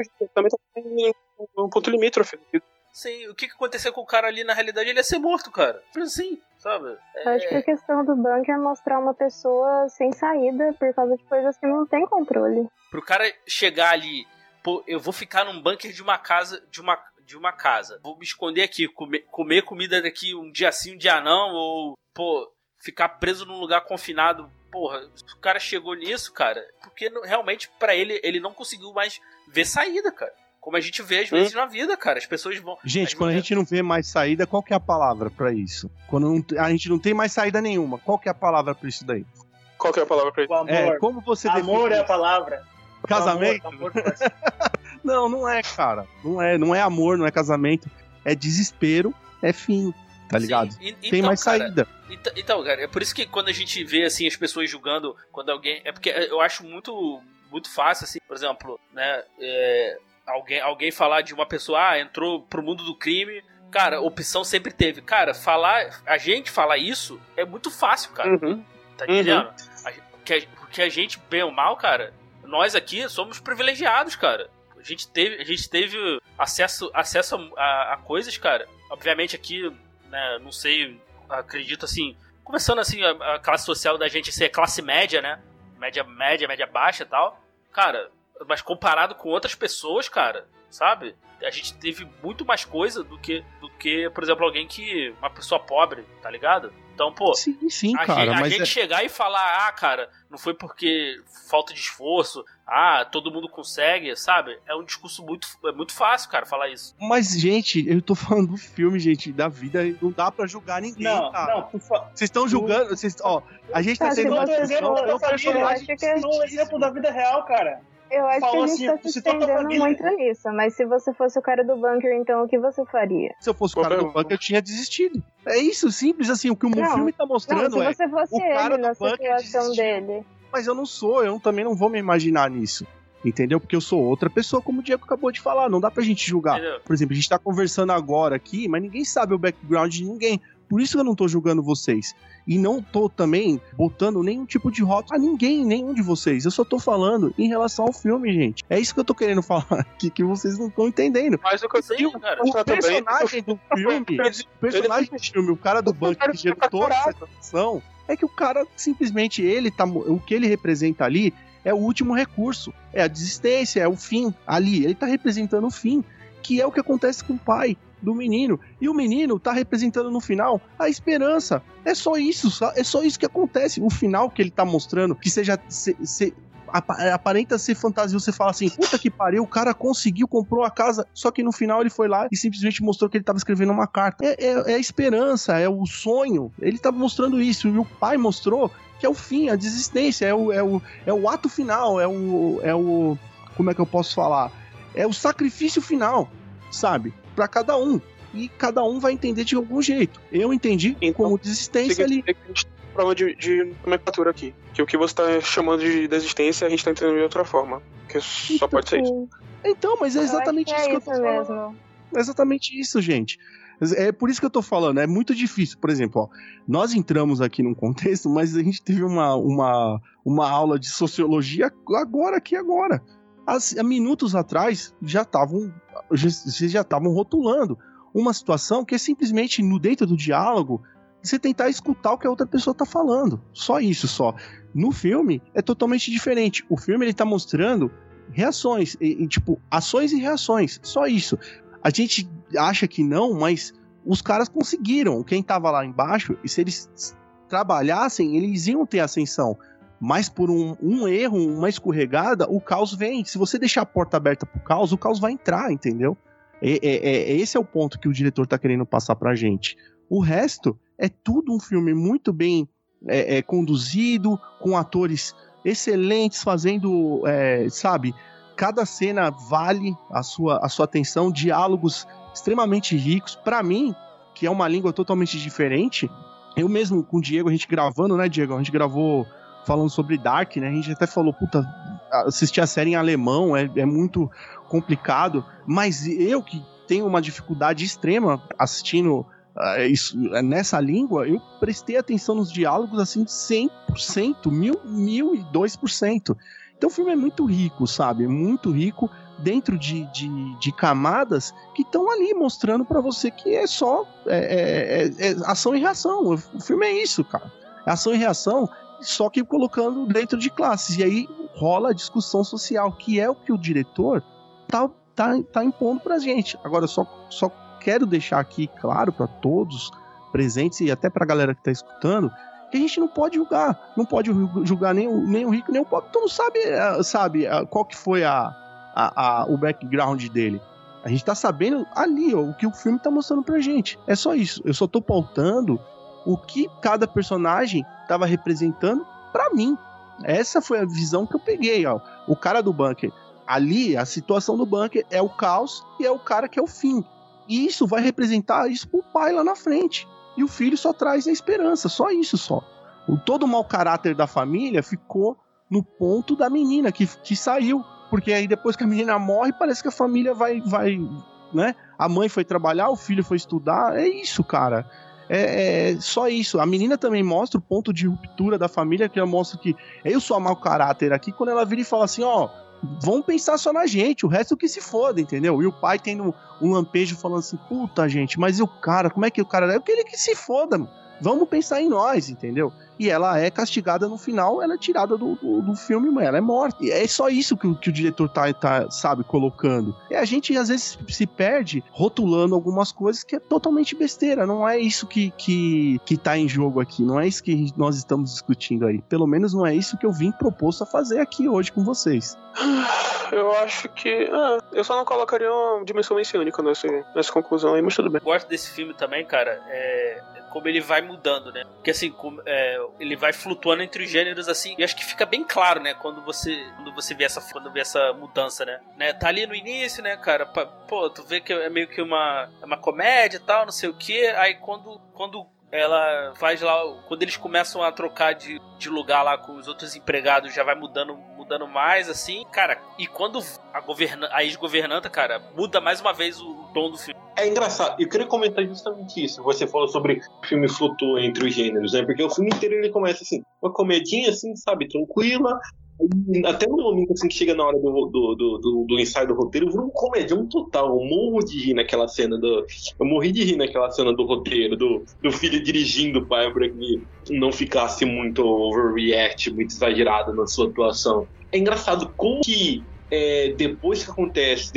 em um ponto limítrofe. Sim, o que aconteceu com o cara ali, na realidade, ele ia ser morto, cara. Assim, sabe? Eu acho que a questão do bunker é mostrar uma pessoa sem saída por causa de coisas que não tem controle. Pro cara chegar ali, pô, eu vou ficar num bunker de uma casa, vou me esconder aqui, comer comida daqui um dia sim, um dia não, ou, pô, ficar preso num lugar confinado. Porra, o cara chegou nisso, cara, porque realmente pra ele não conseguiu mais ver saída, cara. Como a gente vê às vezes na vida, cara. As pessoas vão... Gente, quando a gente não vê mais saída, qual que é a palavra pra isso? Quando a gente não tem mais saída nenhuma, qual que é a palavra pra isso daí? Qual que é a palavra pra isso? O amor. Como você amor define? É a palavra. Casamento? Amor, Não é, cara. Não é amor, não é casamento. É desespero, é fim, tá ligado? Sim, tem mais cara, saída. Então, cara, é por isso que quando a gente vê, assim, as pessoas julgando quando alguém... É porque eu acho muito fácil, assim, por exemplo, né... Alguém falar de uma pessoa, entrou pro mundo do crime, cara, opção sempre teve. Cara, a gente falar isso é muito fácil, cara. Tá entendendo? Porque a gente, bem ou mal, cara, nós aqui somos privilegiados, cara. A gente teve acesso a coisas, cara. Obviamente aqui, né, não sei, acredito assim, começando assim, a classe social da gente ser classe média, né? Média baixa e tal. Cara, mas comparado com outras pessoas, cara, sabe? A gente teve muito mais coisa do que, por exemplo, uma pessoa pobre, tá ligado? Então, pô, sim, cara, a gente chegar e falar, cara, não foi porque falta de esforço, todo mundo consegue, sabe? É um discurso muito fácil, cara, falar isso. Mas, gente, eu tô falando do filme, gente, da vida, não dá pra julgar ninguém, cara. Vocês estão julgando, a gente tá tendo uma discussão, é um exemplo da vida real, cara. Eu acho que a gente tá se estendendo muito nisso, mas se você fosse o cara do bunker, então o que você faria? Se eu fosse o cara do bunker, eu tinha desistido. É isso, simples assim, o que o filme tá mostrando se você fosse ele na situação dele. Mas eu não sou, também não vou me imaginar nisso. Entendeu? Porque eu sou outra pessoa, como o Diego acabou de falar, não dá pra gente julgar. Entendeu? Por exemplo, a gente tá conversando agora aqui, mas ninguém sabe o background de ninguém. Por isso que eu não tô julgando vocês. E não tô também botando nenhum tipo de rótulo a ninguém, nenhum de vocês. Eu só tô falando em relação ao filme, gente. É isso que eu tô querendo falar aqui, que vocês não estão entendendo. Mas o que eu sei, cara, o personagem do filme, o cara do banco que gerou toda essa situação, é que o cara, simplesmente, o que ele representa ali é o último recurso. É a desistência, é o fim ali. Ele tá representando o fim, que é o que acontece com o pai do menino. E o menino tá representando no final a esperança. É só isso que acontece. O final que ele tá mostrando, que aparenta ser fantasioso, você fala assim, puta que pariu, o cara conseguiu, comprou a casa, só que no final ele foi lá e simplesmente mostrou que ele tava escrevendo uma carta. É a esperança, é o sonho. Ele tá mostrando isso, e o pai mostrou que é o fim, a desistência, é o ato final, é o como é que eu posso falar? É o sacrifício final, sabe? Pra cada um. E cada um vai entender de algum jeito. Eu entendi como desistência ali. A gente tem um problema de nomenclatura aqui. Que o que você tá chamando de desistência, a gente tá entendendo de outra forma. Que só pode ser isso. Então, mas é exatamente isso que eu tô falando. Mesmo. É exatamente isso, gente. É por isso que eu tô falando, é muito difícil. Por exemplo, nós entramos aqui num contexto, mas a gente teve uma aula de sociologia agora. Há minutos atrás, vocês já estavam rotulando uma situação que é simplesmente, dentro do diálogo, você tentar escutar o que a outra pessoa tá falando. Só isso, só. No filme, é totalmente diferente. O filme, ele tá mostrando reações, tipo, ações e reações. Só isso. A gente acha que não, mas os caras conseguiram. Quem tava lá embaixo, e se eles trabalhassem, eles iam ter ascensão. Mas por um erro, uma escorregada, o caos vem. Se você deixar a porta aberta pro caos, o caos vai entrar, entendeu? Esse é o ponto que o diretor tá querendo passar pra gente. O resto é tudo um filme muito bem conduzido, com atores excelentes, fazendo, sabe? Cada cena vale a sua atenção, diálogos extremamente ricos. Pra mim, que é uma língua totalmente diferente, eu mesmo com o Diego, a gente gravando, né, Diego? A gente gravou falando sobre Dark, né? A gente até falou, puta, assistir a série em alemão é muito complicado, mas eu que tenho uma dificuldade extrema assistindo isso, nessa língua, eu prestei atenção nos diálogos assim 100%, 1002%. Então o filme é muito rico, sabe? Muito rico dentro de camadas que estão ali mostrando pra você que é só ação e reação. O filme é isso, cara. É ação e reação, só que colocando dentro de classes. E aí rola a discussão social, que é o que o diretor tá impondo pra gente. Agora, só quero deixar aqui claro pra todos presentes e até pra galera que tá escutando, que a gente não pode julgar. Não pode julgar nem o rico, nem o pobre. Então não sabe qual que foi o background dele. A gente tá sabendo ali, o que o filme tá mostrando pra gente. É só isso. Eu só tô pautando o que cada personagem tava representando pra mim. Essa foi a visão que eu peguei, ó. O cara do bunker. Ali, a situação do bunker é o caos e é o cara que é o fim. E isso vai representar isso pro pai lá na frente. E o filho só traz a esperança, só isso só. Todo o mau caráter da família ficou no ponto da menina que saiu. Porque aí depois que a menina morre, parece que a família vai, né? A mãe foi trabalhar, o filho foi estudar. É isso, cara. É só isso. A menina também mostra o ponto de ruptura da família, que ela mostra que eu sou a mau caráter aqui, quando ela vira e fala assim, ó, vamos pensar só na gente, o resto que se foda, entendeu? E o pai tendo um lampejo falando assim, puta, gente, mas e o cara, como é que o cara... Eu queria que se foda, mano. Vamos pensar em nós, entendeu? E ela é castigada no final, ela é tirada do filme, mano, ela é morta. E é só isso que o diretor tá, sabe, colocando. E a gente, às vezes, se perde rotulando algumas coisas que é totalmente besteira. Não é isso que tá em jogo aqui. Não é isso que nós estamos discutindo aí. Pelo menos não é isso que eu vim proposto a fazer aqui hoje com vocês. Eu acho que... eu só não colocaria uma dimensão messiânica nessa conclusão aí, mas tudo bem. Eu gosto desse filme também, cara, como ele vai mudando, né? Porque assim, ele vai flutuando entre os gêneros, assim, e acho que fica bem claro, né? Quando você vê essa mudança, né? Tá ali no início, né, cara? Pô, tu vê que é meio que uma comédia e tal, não sei o quê. Aí quando ela faz lá, quando eles começam a trocar de lugar lá com os outros empregados, já vai mudando mais, assim, cara. E quando a ex-governanta, cara, muda mais uma vez o tom do filme. É engraçado, eu queria comentar justamente isso. Você falou sobre o filme flutua entre os gêneros, né? Porque o filme inteiro ele começa assim, uma comedinha assim, sabe, tranquila. Até no momento assim que chega na hora do ensaio do roteiro, vira um comedião total. Eu morro de rir naquela cena eu morri de rir naquela cena do roteiro, do filho dirigindo, pai, pra que não ficasse muito overreact, muito exagerado na sua atuação. É engraçado como que depois que acontece,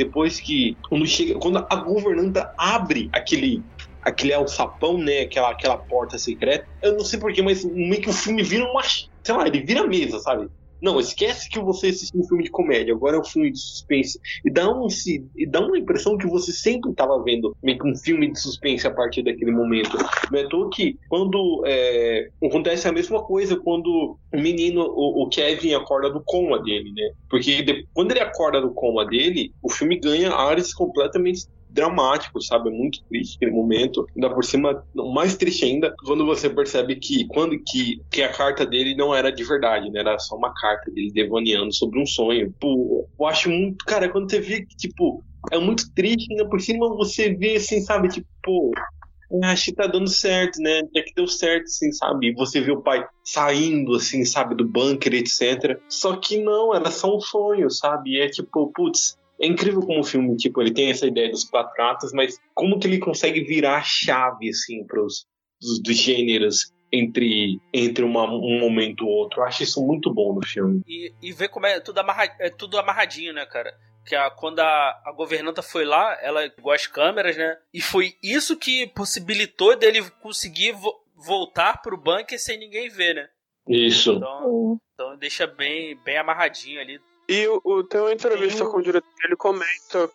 quando a governanta abre aquele alçapão, né, aquela porta secreta, eu não sei porquê, mas meio que o filme vira ele vira mesa, sabe? Não, esquece que você assistiu um filme de comédia, agora é um filme de suspense. E dá uma impressão que você sempre estava vendo meio que um filme de suspense a partir daquele momento. Não é à toa que quando acontece a mesma coisa quando o menino, o Kevin, acorda do coma dele, né? Porque quando ele acorda do coma dele, o filme ganha áreas completamente dramático, sabe? É muito triste aquele momento. Ainda por cima, mais triste ainda, quando você percebe que a carta dele não era de verdade, né? Era só uma carta dele devaneando sobre um sonho. Pô, eu acho muito... Cara, quando você vê que, tipo, é muito triste, ainda por cima você vê, assim, sabe? Tipo, pô, acho que tá dando certo, né? É que deu certo, assim, sabe? E você vê o pai saindo, assim, sabe? Do bunker, etc. Só que não, era só um sonho, sabe? E é tipo, putz, é incrível como o filme, tipo, ele tem essa ideia dos patratas, mas como que ele consegue virar a chave, assim, dos gêneros entre um momento e outro. Eu acho isso muito bom no filme. E ver como é tudo amarradinho, né, cara? Que quando a governanta foi lá, ela pegou as câmeras, né? E foi isso que possibilitou dele conseguir voltar pro bunker sem ninguém ver, né? Isso. Então deixa bem amarradinho ali. E tem uma entrevista com o diretor, ele comenta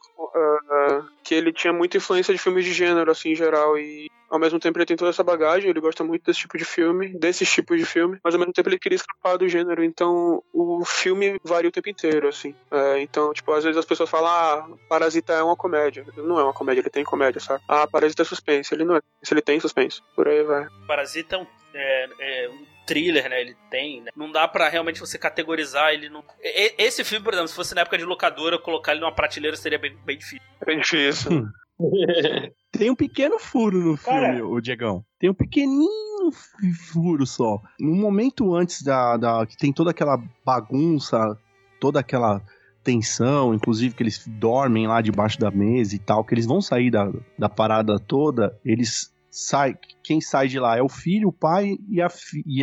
que ele tinha muita influência de filmes de gênero, assim, em geral, e ao mesmo tempo ele tem toda essa bagagem, ele gosta muito desses tipos de filme, mas ao mesmo tempo ele queria escapar do gênero, então o filme varia o tempo inteiro, assim. Então, tipo, às vezes as pessoas falam, Parasita é uma comédia. Ele não é uma comédia, ele tem comédia, sabe? Parasita é suspense, ele não é. Se ele tem suspense, por aí vai. Parasita é um thriller, né? Ele tem, né? Não dá pra realmente você categorizar ele. Esse filme, por exemplo, se fosse na época de locadora, colocar ele numa prateleira seria bem difícil. É bem difícil. Tem um pequeno furo no filme, o Diegão. Tem um pequenininho furo só. No momento antes que tem toda aquela bagunça, toda aquela tensão, inclusive que eles dormem lá debaixo da mesa e tal, que eles vão sair da parada toda, eles saem. Quem sai de lá é o filho, o pai e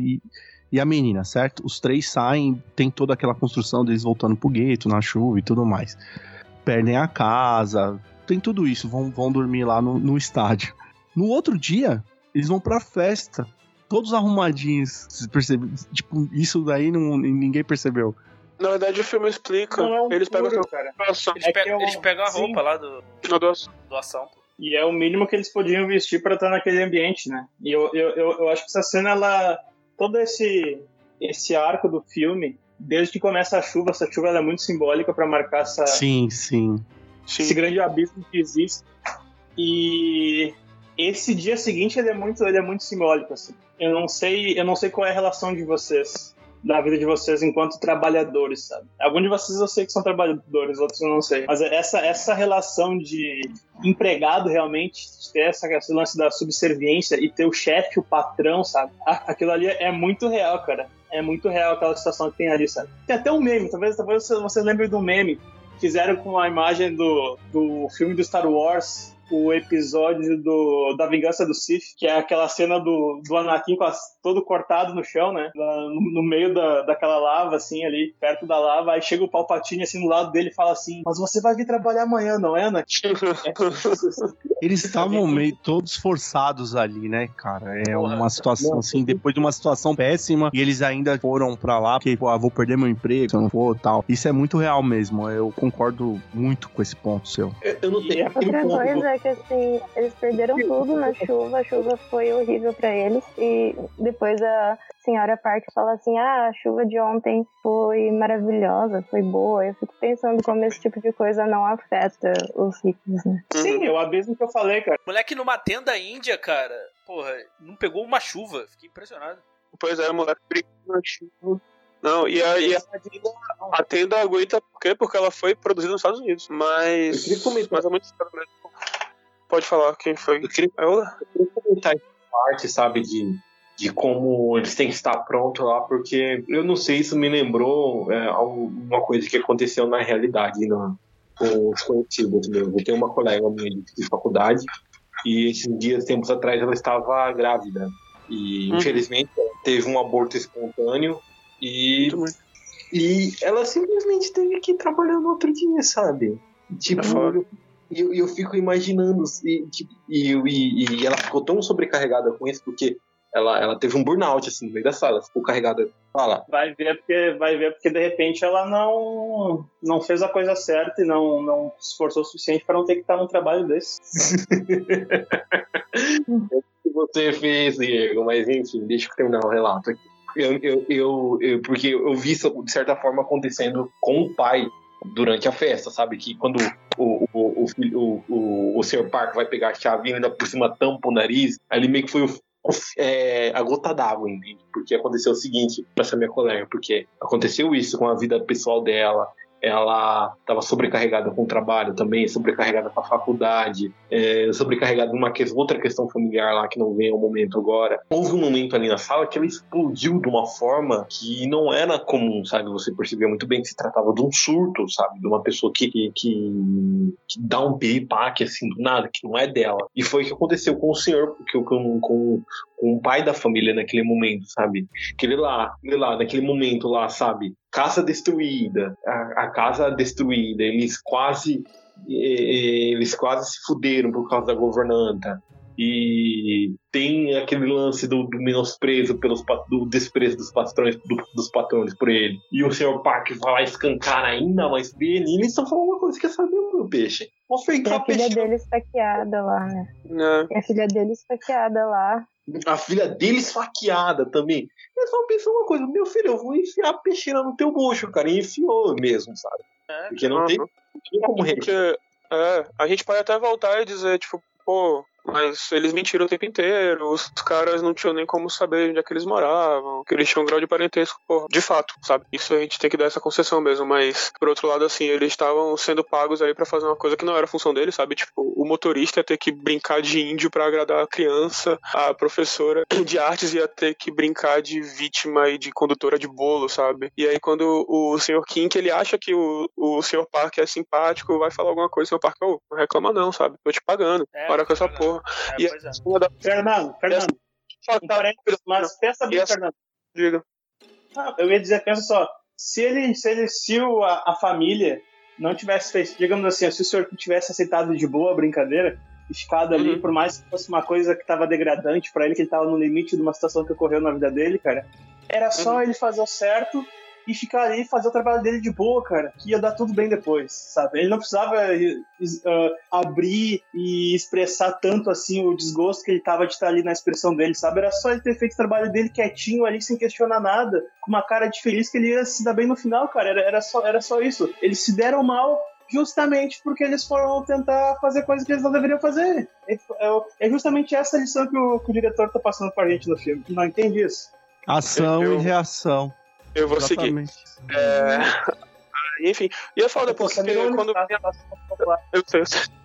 a menina, certo? Os três saem, tem toda aquela construção deles voltando pro gueto, na chuva e tudo mais. Perdem a casa, tem tudo isso, vão dormir lá no estádio. No outro dia, eles vão pra festa, todos arrumadinhos. Vocês percebem? Tipo, isso daí ninguém percebeu. Na verdade, o filme explica. Eles pegam eles pegam a roupa lá do doação. E é o mínimo que eles podiam vestir pra estar naquele ambiente, né? E eu acho que essa cena, todo esse arco do filme, desde que começa essa chuva ela é muito simbólica pra marcar esse grande abismo que existe. E esse dia seguinte ele é muito simbólico, assim. Eu não sei qual é a relação de vocês, da vida de vocês enquanto trabalhadores, sabe? Alguns de vocês eu sei que são trabalhadores, outros eu não sei. Mas essa relação de empregado realmente, ter esse lance da subserviência e ter o chefe, o patrão, sabe? Aquilo ali é muito real, cara. É muito real aquela situação que tem ali, sabe? Tem até um meme, talvez você lembre do meme. Fizeram com a imagem do filme do Star Wars, o episódio da Vingança do Sith, que é aquela cena do Anakin todo cortado no chão, né? No meio daquela lava, assim, ali, perto da lava. Aí chega o Palpatine, assim, do lado dele e fala assim: mas você vai vir trabalhar amanhã, não é, Anakin? Eles estavam meio todos forçados ali, né, cara? É uma situação, assim, depois de uma situação péssima, e eles ainda foram pra lá, porque, pô, vou perder meu emprego se eu não for, tal. Isso é muito real mesmo. Eu concordo muito com esse ponto seu. Eu não tenho Outra coisa é que, assim, eles perderam tudo na chuva, a chuva foi horrível pra eles, e depois a senhora Park fala assim: a chuva de ontem foi maravilhosa, foi boa. Eu fico pensando como esse tipo de coisa não afeta os ricos, né? Sim, é o abismo que eu falei, cara. Moleque numa tenda índia, cara, porra, não pegou uma chuva, fiquei impressionado. Pois é, moleque brincando na chuva. Não, e a tenda aguenta por quê? Porque ela foi produzida nos Estados Unidos. Mas é muito estranho mesmo. Pode falar quem foi. Eu queria comentar essa parte, sabe, de como eles têm que estar prontos lá, porque eu não sei, isso me lembrou uma coisa que aconteceu na realidade com os conhecidos mesmo. Eu tenho uma colega minha de faculdade e esses dias, tempos atrás, ela estava grávida e infelizmente ela teve um aborto espontâneo e ela simplesmente teve que ir trabalhar no outro dia, sabe? Tipo, eu fico imaginando e ela ficou tão sobrecarregada com isso porque ela teve um burnout assim no meio da sala, ficou carregada. Fala. Vai ver porque de repente ela não fez a coisa certa e não se esforçou o suficiente para não ter que estar num trabalho desse. O que você fez, Diego? Mas enfim, deixa eu terminar o relato aqui. Porque eu vi isso de certa forma acontecendo com o pai durante a festa, sabe? Que quando o Sr. Park vai pegar a chave e ainda por cima tampa o nariz, ali meio que foi a gota d'água, entende? Porque aconteceu o seguinte pra essa minha colega, porque aconteceu isso com a vida pessoal dela. Ela estava sobrecarregada com o trabalho também, sobrecarregada com a faculdade, sobrecarregada numa outra questão familiar lá que não vem ao momento agora. Houve um momento ali na sala que ela explodiu de uma forma que não era comum, sabe? Você percebeu muito bem que se tratava de um surto, sabe? De uma pessoa que dá um piripaque assim do nada, que não é dela. E foi o que aconteceu com o senhor, com o pai da família naquele momento, sabe? Que ele lá, naquele momento lá, sabe? Casa destruída, a casa destruída, eles quase se fuderam por causa da governanta. E tem aquele lance do menosprezo, do desprezo dos patrões por ele. E o Sr. Park vai lá escancar ainda mais dele. E eles estão falando uma coisa que é saber, meu peixe. Tem a filha dele esfaqueada lá, né? Tem a filha dele esfaqueada lá. A filha dele esfaqueada também. Eles vão pensar uma coisa: meu filho, eu vou enfiar a peixeira no teu bucho, cara. E enfiou mesmo, sabe? Porque não tem como a gente pode até voltar e dizer, tipo, pô, mas eles mentiram o tempo inteiro, os caras não tinham nem como saber onde é que eles moravam, que eles tinham um grau de parentesco, porra, de fato, sabe? Isso a gente tem que dar essa concessão mesmo, mas, por outro lado, assim, eles estavam sendo pagos aí pra fazer uma coisa que não era função deles, sabe? Tipo, o motorista ia ter que brincar de índio pra agradar a criança, a professora de artes ia ter que brincar de vítima e de condutora de bolo, sabe? E aí, quando o Sr. King, ele acha que o Sr. Park é simpático, vai falar alguma coisa, o Sr. Park, não reclama não, sabe? Tô te pagando, para com essa porra. Fernando, mas pensa bem, Fernando. Diga. Eu ia dizer, pensa só, se a família não tivesse feito, digamos assim, se o senhor tivesse aceitado de boa a brincadeira e ficado ali, por mais que fosse uma coisa que estava degradante pra ele, que ele tava no limite de uma situação que ocorreu na vida dele, cara, era só ele fazer o certo e ficar ali e fazer o trabalho dele de boa, cara, que ia dar tudo bem depois, sabe? Ele não precisava abrir e expressar tanto assim o desgosto que ele tava de estar ali na expressão dele, sabe? Era só ele ter feito o trabalho dele quietinho ali, sem questionar nada, com uma cara de feliz que ele ia se dar bem no final, cara. Era só isso. Eles se deram mal justamente porque eles foram tentar fazer coisas que eles não deveriam fazer. É justamente essa lição que o diretor tá passando pra gente no filme. Não entende isso? Ação e reação. Eu vou seguir. Enfim, e é foda porque quando... Eu sei.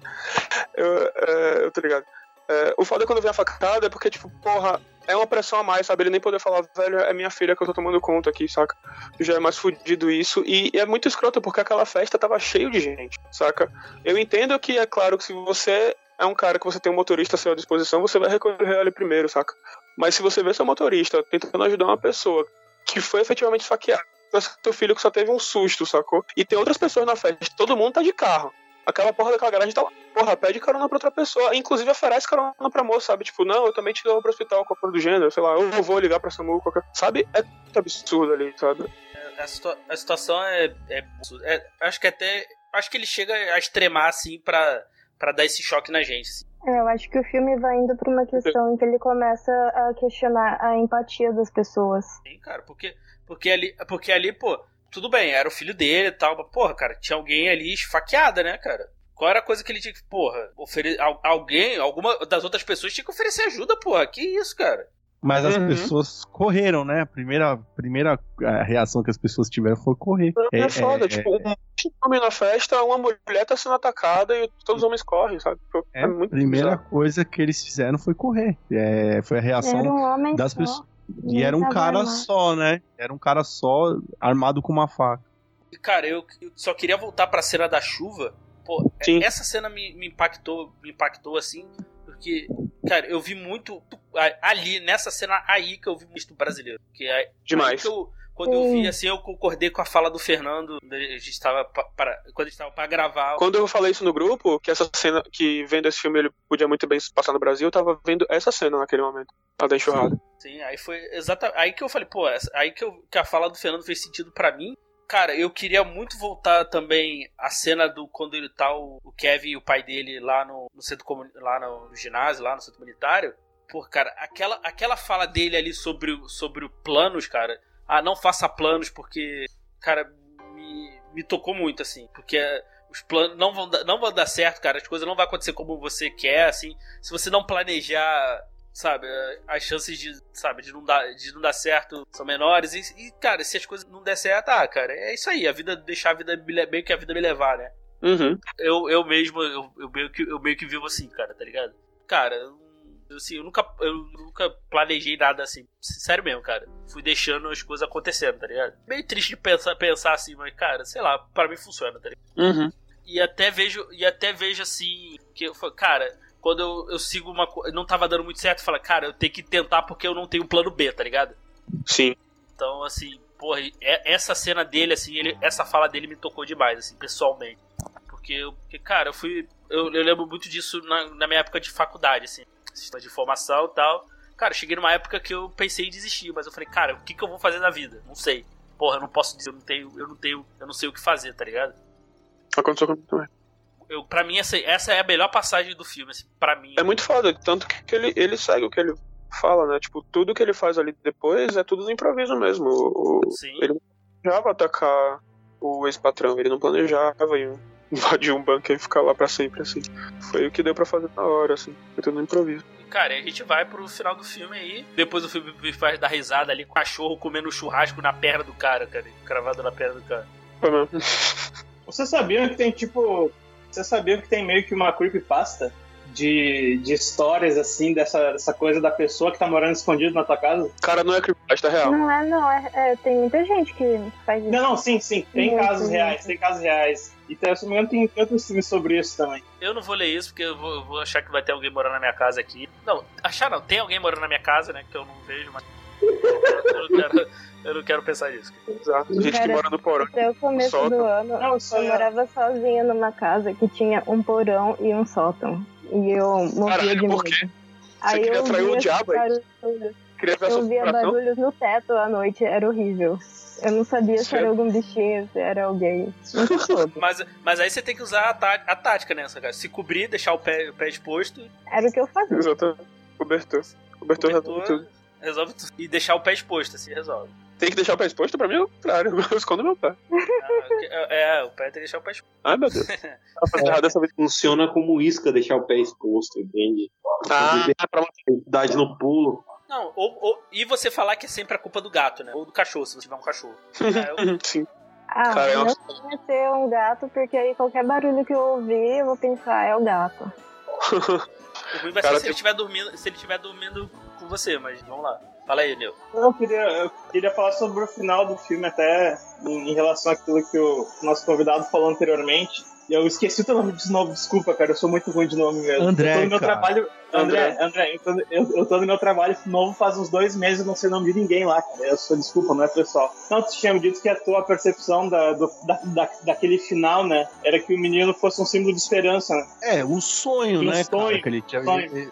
Eu tô ligado. O foda quando vem a facada é porque, tipo, porra, é uma pressão a mais, sabe? Ele nem poder falar, velho, é minha filha que eu tô tomando conta aqui, saca? Já é mais fudido isso. E é muito escroto porque aquela festa tava cheio de gente, saca? Eu entendo que é claro que se você é um cara que você tem um motorista à sua disposição, você vai recorrer a ele primeiro, saca? Mas se você vê seu motorista tentando ajudar uma pessoa que foi efetivamente esfaqueada, seu filho que só teve um susto, sacou? E tem outras pessoas na festa, todo mundo tá de carro. Aquela porra daquela garagem tá lá. Porra, pede carona pra outra pessoa. Inclusive oferece carona pra moça, sabe? Tipo, não, eu também te dou pro hospital, qualquer coisa do gênero. Sei lá, eu vou ligar pra SAMU, qualquer... Sabe? É muito absurdo ali, sabe? A situação acho que até... Acho que ele chega a extremar, assim, pra dar esse choque na gente, assim. Eu acho que o filme vai indo pra uma questão em que ele começa a questionar a empatia das pessoas. Sim, cara, porque ali, pô, tudo bem, era o filho dele e tal, mas, porra, cara, tinha alguém ali esfaqueada, né, cara? Qual era a coisa que ele tinha que, porra, alguma das outras pessoas tinha que oferecer ajuda, porra, que isso, cara? Mas as pessoas correram, né? A primeira reação que as pessoas tiveram foi correr. É foda, tipo, um homem na festa, uma mulher tá sendo atacada e todos os homens correm, sabe? A primeira coisa que eles fizeram foi correr. Foi a reação das pessoas. E era um cara só, né? Era um cara só, armado com uma faca. E, cara, eu só queria voltar pra cena da chuva. Pô, essa cena me impactou assim, porque, cara, eu vi muito ali, nessa cena aí que eu vi muito brasileiro. Demais. Quando eu vi, assim, eu concordei com a fala do Fernando, quando a gente estava pra gravar. Quando eu falei isso no grupo, que essa cena, que vendo esse filme ele podia muito bem se passar no Brasil, eu tava vendo essa cena naquele momento, a da enxurrada. Sim, aí foi exatamente, aí que eu falei, pô, aí que a fala do Fernando fez sentido pra mim. Cara, eu queria muito voltar também a cena do quando ele tá o Kevin e o pai dele lá no centro lá no ginásio, lá no centro comunitário. Pô, cara, aquela fala dele ali sobre o planos, cara. Ah, não faça planos porque, cara, me tocou muito, assim. Porque os planos não vão dar certo, cara. As coisas não vão acontecer como você quer, assim. Se você não planejar, sabe, as chances de não dar certo são menores. E, cara, se as coisas não der certo, cara, é isso aí. Deixar a vida meio que a vida me levar, né? Uhum. Eu meio que vivo assim, cara, tá ligado? Cara, assim, eu nunca planejei nada assim. Sério mesmo, cara. Fui deixando as coisas acontecendo, tá ligado? Meio triste de pensar assim, mas, cara, sei lá, pra mim funciona, tá ligado? Uhum. E até vejo assim, que eu falo, cara, quando eu sigo uma coisa, não tava dando muito certo, eu falo, cara, eu tenho que tentar porque eu não tenho plano B, tá ligado? Sim. Então, assim, porra, essa cena dele, assim, essa fala dele me tocou demais, assim, pessoalmente. Porque cara, eu lembro muito disso na minha época de faculdade, assim, de formação e tal. Cara, cheguei numa época que eu pensei em desistir, mas eu falei, cara, o que eu vou fazer na vida? Não sei. Porra, eu não posso dizer, eu não sei o que fazer, tá ligado? Aconteceu comigo também. Pra mim, essa é a melhor passagem do filme, assim, pra mim. É muito foda, tanto que ele segue o que ele fala, né? Tipo, tudo que ele faz ali depois é tudo no improviso mesmo. Sim. Ele não planejava atacar o ex-patrão, ele não planejava invadir um banco e ficar lá pra sempre, assim. Foi o que deu pra fazer na hora, assim. Foi tudo no improviso. Cara, a gente vai pro final do filme aí. Depois do filme faz dar risada ali com o cachorro comendo churrasco na perna do cara, cravado na perna do cara. Foi mesmo. Vocês sabiam que tem, tipo... Vocês sabiam que tem meio que uma creepypasta de histórias, assim, dessa coisa da pessoa que tá morando escondido na tua casa? Cara, não é creepypasta, é real. Não, tem muita gente que faz isso. Não, sim. Tem casos reais. E se não me engano, tem outros filmes sobre isso também. Eu não vou ler isso, porque eu vou achar que vai ter alguém morando na minha casa aqui. Não, tem alguém morando na minha casa, né, que eu não vejo, mas... eu não quero pensar nisso. Exato. Gente que mora no porão. Até o começo do ano, eu morava sozinha numa casa que tinha um porão e um sótão. E eu morria de medo. Por quê? Aí você queria atrair o diabo aí? Eu via barulhos no teto à noite, era horrível. Eu não sabia se era algum bichinho, se era alguém. Mas aí você tem que usar a tática nessa, cara. Se cobrir, deixar o pé exposto. Era o que eu fazia. Exatamente. Cobertor resolve tudo. Resolve tudo. E deixar o pé exposto, assim, resolve. Tem que deixar o pé exposto? Pra mim é o contrário. Eu escondo meu pé. O pé tem que deixar o pé exposto. Ai, meu Deus. Dessa vez funciona como isca deixar o pé exposto, entende? Pra uma idade no pulo. Não, e você falar que é sempre a culpa do gato, né? Ou do cachorro, se você tiver um cachorro. Sim. Cara, eu não vai ser um gato, porque aí qualquer barulho que eu ouvir, eu vou pensar, é o gato. O ruim vai ser se ele estiver dormindo com você, mas vamos lá. Fala aí, Nil. Eu queria falar sobre o final do filme, até em relação àquilo que o nosso convidado falou anteriormente. Eu esqueci o teu nome de novo, desculpa, cara, eu sou muito ruim de nome mesmo. André, eu tô no meu cara. trabalho. André, eu tô no meu trabalho novo faz uns 2 meses, não sei o nome de ninguém lá, cara. Desculpa, não é pessoal. Não, tu tinha me dito que a tua percepção daquele final, né, era que o menino fosse um símbolo de esperança, né? É, um sonho, né, cara? Que ele tinha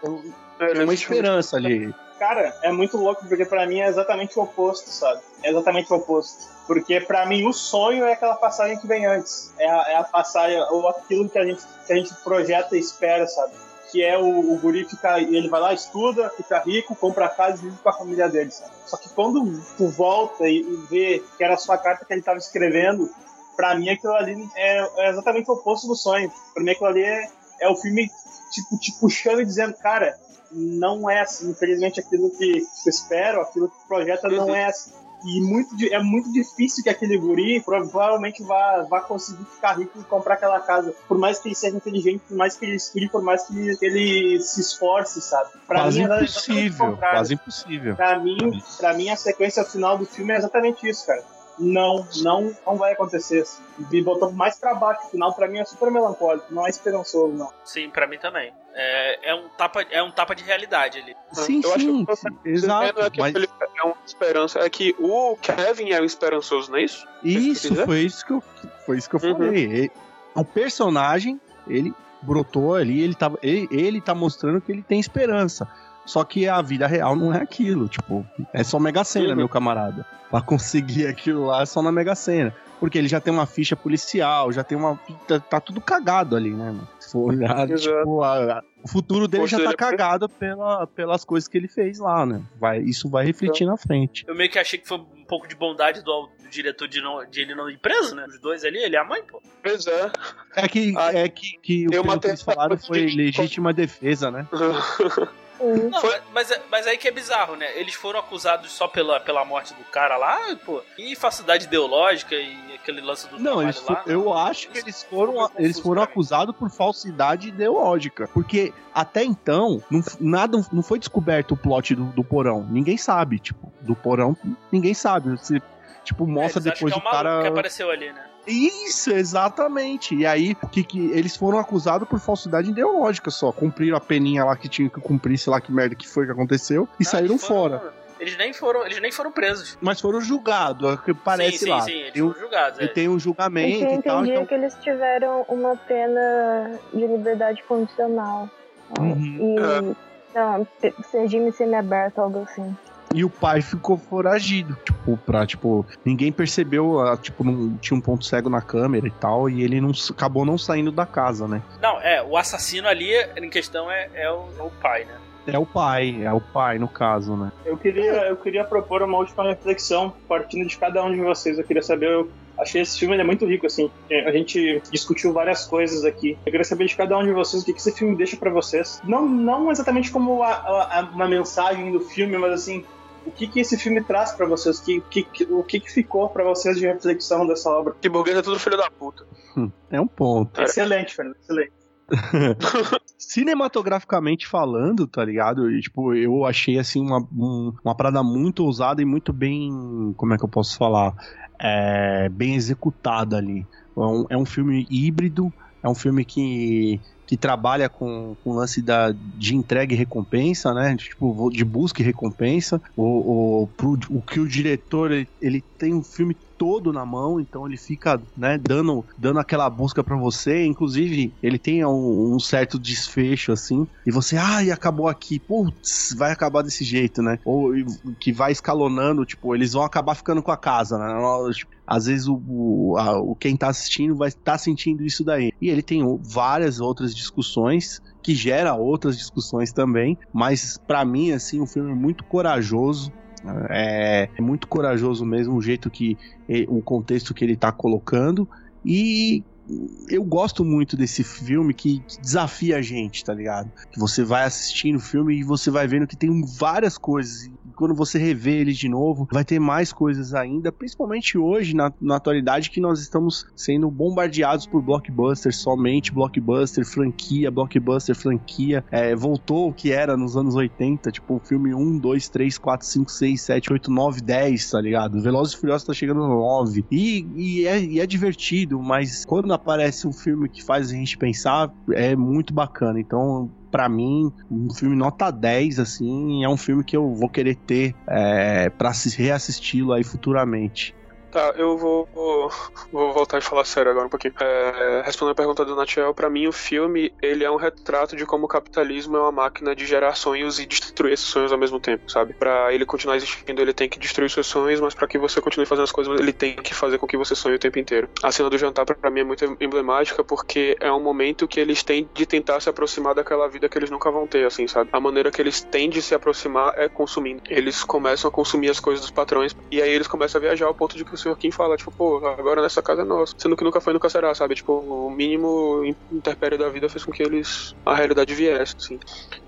uma esperança ali. Cara, é muito louco, porque pra mim é exatamente o oposto, sabe? É exatamente o oposto. Porque pra mim o sonho é aquela passagem que vem antes. É a passagem, ou aquilo que a gente projeta e espera, sabe? Que é o guri ele vai lá, estuda, fica rico, compra a casa e vive com a família dele, sabe? Só que quando tu volta e vê que era só a carta que ele tava escrevendo, pra mim aquilo ali é exatamente o oposto do sonho. Pra mim aquilo ali é o filme tipo, te puxando e dizendo, cara, não é assim, infelizmente aquilo que tu espera, aquilo que tu projeta não é assim. E é muito difícil que aquele guri provavelmente vá conseguir ficar rico e comprar aquela casa. Por mais que ele seja inteligente, por mais que ele estude, por mais que ele se esforce, sabe? Quase impossível. Pra mim, a sequência final do filme é exatamente isso, cara. Não vai acontecer assim. Me botou mais pra baixo. O final, pra mim, é super melancólico. Não é esperançoso, não. Sim, pra mim também. É um tapa de realidade ali. Sim, exato. Mas é uma esperança. É que o Kevin é o esperançoso, não é isso? Isso, foi isso que eu falei. O personagem, ele brotou ali, ele tá mostrando que ele tem esperança. Só que a vida real não é aquilo, tipo, é só Mega Sena, meu camarada. Pra conseguir aquilo lá é só na Mega Sena. Porque ele já tem uma ficha policial, já tem uma... Tá tudo cagado ali, né? Se for olhar, tipo, o futuro dele já tá cagado pelas coisas que ele fez lá, né? Isso vai refletir na frente. Eu meio que achei que foi um pouco de bondade do diretor de ele não ir preso, né? Os dois ali, ele e a mãe, pô. Pois é. É que o que eles falaram foi legítima defesa, né? Não, mas aí que é bizarro, né? Eles foram acusados só pela morte do cara lá, pô. E falsidade ideológica e aquele lance do trabalho lá. Eu acho que eles foram acusados por falsidade ideológica. Porque até então, não foi descoberto o plot do porão. Ninguém sabe, tipo, do porão, ninguém sabe. Você, tipo, mostra depois do cara que apareceu ali, né? Isso, exatamente. E aí, eles foram acusados por falsidade ideológica só. Cumpriram a peninha lá que tinha que cumprir, sei lá que merda que foi que aconteceu, e saíram fora. Eles nem foram presos. Mas foram julgados, é o que parece lá. Sim, eles foram julgados. E tem um julgamento e tal. Eu entendi que eles tiveram uma pena de liberdade condicional. Regime semi-aberto, algo assim. E o pai ficou foragido, ninguém percebeu, não tinha um ponto cego na câmera e tal, e ele acabou não saindo da casa, né? Não, o assassino ali, em questão, é o pai, né? É o pai, no caso, né? Eu queria propor uma última reflexão, partindo de cada um de vocês. Eu queria saber, eu achei esse filme muito rico, assim. A gente discutiu várias coisas aqui. Eu queria saber de cada um de vocês o que esse filme deixa pra vocês. Não exatamente como uma mensagem do filme, mas assim, o que esse filme traz pra vocês? O que ficou pra vocês de reflexão dessa obra? Que burguês é tudo filho da puta. É um ponto. Excelente, Fernando, excelente. Cinematograficamente falando, tá ligado? Eu achei assim uma parada muito ousada e muito bem, como é que eu posso falar? Bem executada ali. É um filme híbrido, é um filme que trabalha com o lance de entrega e recompensa, né? De busca e recompensa. O que o diretor, ele tem um filme todo na mão, então ele fica, né, dando aquela busca pra você. Inclusive, ele tem um certo desfecho, assim, e você, acabou aqui, putz, vai acabar desse jeito, né? Ou que vai escalonando, eles vão acabar ficando com a casa, né? Às vezes quem tá assistindo vai estar sentindo isso daí. E ele tem várias outras discussões que gera outras discussões também, mas pra mim, assim, um filme muito corajoso. É muito corajoso mesmo o jeito o contexto que ele tá colocando, e eu gosto muito desse filme que desafia a gente, tá ligado? Que você vai assistindo o filme e você vai vendo que tem várias coisas. E quando você revê ele de novo, vai ter mais coisas ainda, principalmente hoje, na atualidade, que nós estamos sendo bombardeados por blockbuster, somente blockbuster, franquia, voltou o que era nos anos 80, tipo, o filme 1, 2, 3, 4, 5, 6, 7, 8, 9, 10, tá ligado? Velozes e Furiosos tá chegando no 9. E é divertido, mas quando aparece um filme que faz a gente pensar, é muito bacana. Então, pra mim, um filme nota 10, assim, é um filme que eu vou querer ter pra reassisti-lo aí futuramente. Tá, eu vou voltar a falar sério agora um pouquinho. Respondendo a pergunta do Natiel, pra mim o filme, ele é um retrato de como o capitalismo é uma máquina de gerar sonhos e destruir esses sonhos ao mesmo tempo, sabe? Pra ele continuar existindo, ele tem que destruir seus sonhos, mas pra que você continue fazendo as coisas, ele tem que fazer com que você sonhe o tempo inteiro. A cena do jantar, pra mim, é muito emblemática, porque é um momento que eles têm de tentar se aproximar daquela vida que eles nunca vão ter, assim, sabe? A maneira que eles têm de se aproximar é consumindo. Eles começam a consumir as coisas dos patrões, e aí eles começam a viajar ao ponto de que o Sr. Kim fala, tipo, pô, agora nessa casa é nossa. Sendo que nunca foi, nunca será, sabe? Tipo, o mínimo interpério da vida fez com que a realidade viesse, assim.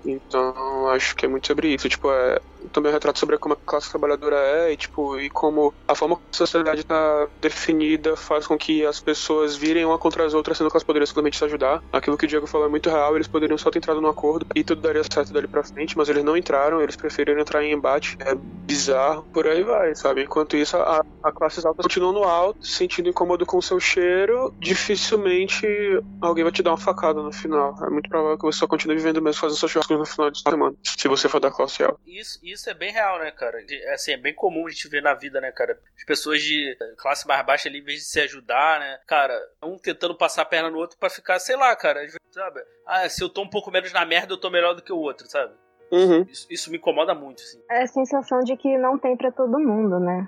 Então, acho que é muito sobre isso. Tipo, também um retrato sobre como a classe trabalhadora e, tipo, e como a forma como a sociedade tá definida faz com que as pessoas virem uma contra as outras, sendo que elas poderiam simplesmente se ajudar. Aquilo que o Diego falou é muito real, eles poderiam só ter entrado num acordo e tudo daria certo dali pra frente, mas eles não entraram, eles preferiram entrar em embate. É bizarro, por aí vai, sabe? Enquanto isso, a classe alta continua no alto, se sentindo incômodo com o seu cheiro, dificilmente alguém vai te dar uma facada no final. É muito provável que você só continue vivendo mesmo, fazendo seus churrascos no final de semana, se você for da classe alta. Isso é bem real, né, cara? Assim, é bem comum a gente ver na vida, né, cara? As pessoas de classe mais baixa ali, em vez de se ajudar, né? Cara, um tentando passar a perna no outro pra ficar, sei lá, cara, às vezes, sabe? Se eu tô um pouco menos na merda, eu tô melhor do que o outro, sabe? Uhum. Isso me incomoda muito, assim. É a sensação de que não tem pra todo mundo, né?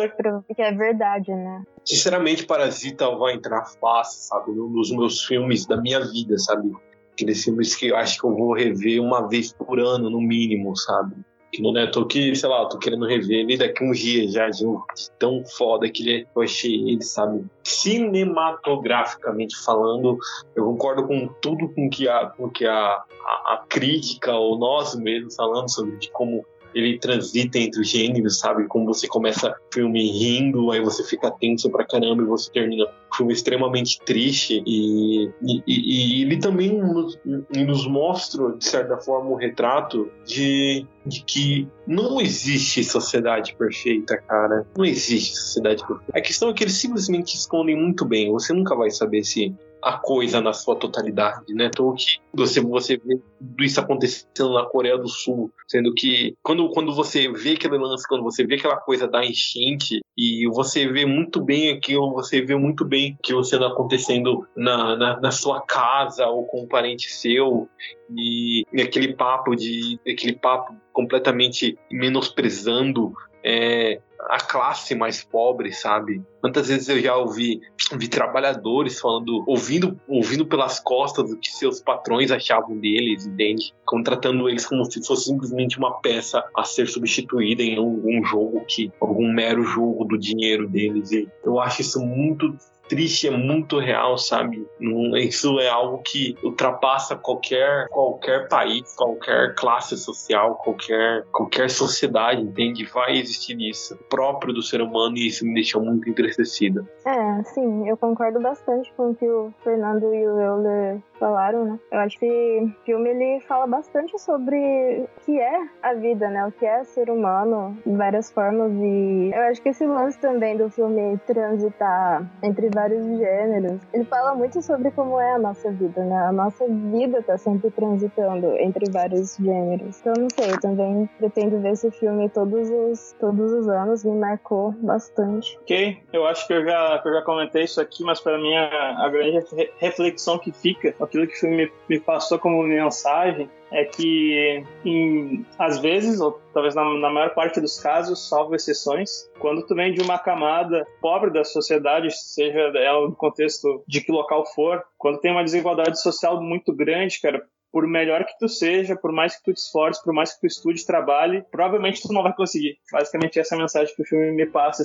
Que é verdade, né? Sinceramente, Parasita vai entrar fácil, sabe? Nos meus filmes da minha vida, sabe? Aqueles filmes que eu acho que eu vou rever uma vez por ano, no mínimo, sabe? Que não é, tô querendo rever ele daqui uns dias já, de tão foda que eu achei ele, sabe? Cinematograficamente falando, eu concordo com tudo com que a crítica, ou nós mesmos falando sobre de como ele transita entre os gêneros, sabe? Como você começa o filme rindo, aí você fica tenso pra caramba e você termina o filme extremamente triste. E ele também nos mostra, de certa forma, um retrato de que não existe sociedade perfeita, cara. Não existe sociedade perfeita. A questão é que eles simplesmente escondem muito bem. Você nunca vai saber se a coisa na sua totalidade, né? Então que você vê tudo isso acontecendo na Coreia do Sul, sendo que quando você vê aquele lance, quando você vê aquela coisa da enchente e você vê muito bem aquilo, você vê muito bem aquilo sendo acontecendo na sua casa ou com um parente seu, e aquele papo completamente menosprezando a classe mais pobre, sabe? Quantas vezes eu já ouvi trabalhadores falando, ouvindo pelas costas o que seus patrões achavam deles, entende? Contratando eles como se fosse simplesmente uma peça a ser substituída em algum mero jogo do dinheiro deles. E eu acho isso muito triste, é muito real, sabe? Isso é algo que ultrapassa qualquer país, qualquer classe social, qualquer sociedade, entende? Vai existir isso próprio do ser humano, e isso me deixa muito entristecida. Sim, eu concordo bastante com o que o Fernando e o Euler falaram, né? Eu acho que o filme, ele fala bastante sobre o que é a vida, né? O que é ser humano, de várias formas, e eu acho que esse lance também do filme transitar entre vários gêneros, ele fala muito sobre como é a nossa vida, né? A nossa vida tá sempre transitando entre vários gêneros. Então, não sei, eu também pretendo ver esse filme todos os anos, me marcou bastante. Ok, eu acho que eu já comentei isso aqui, mas para mim a grande reflexão que fica, aquilo que o filme me passou como mensagem, é que, às vezes, ou talvez na maior parte dos casos, salvo exceções, quando tu vem de uma camada pobre da sociedade, seja ela no contexto de que local for, quando tem uma desigualdade social muito grande, cara, por melhor que tu seja, por mais que tu te esforce, por mais que tu estude, trabalhe, provavelmente tu não vai conseguir. Basicamente essa é a mensagem que o filme me passa, assim.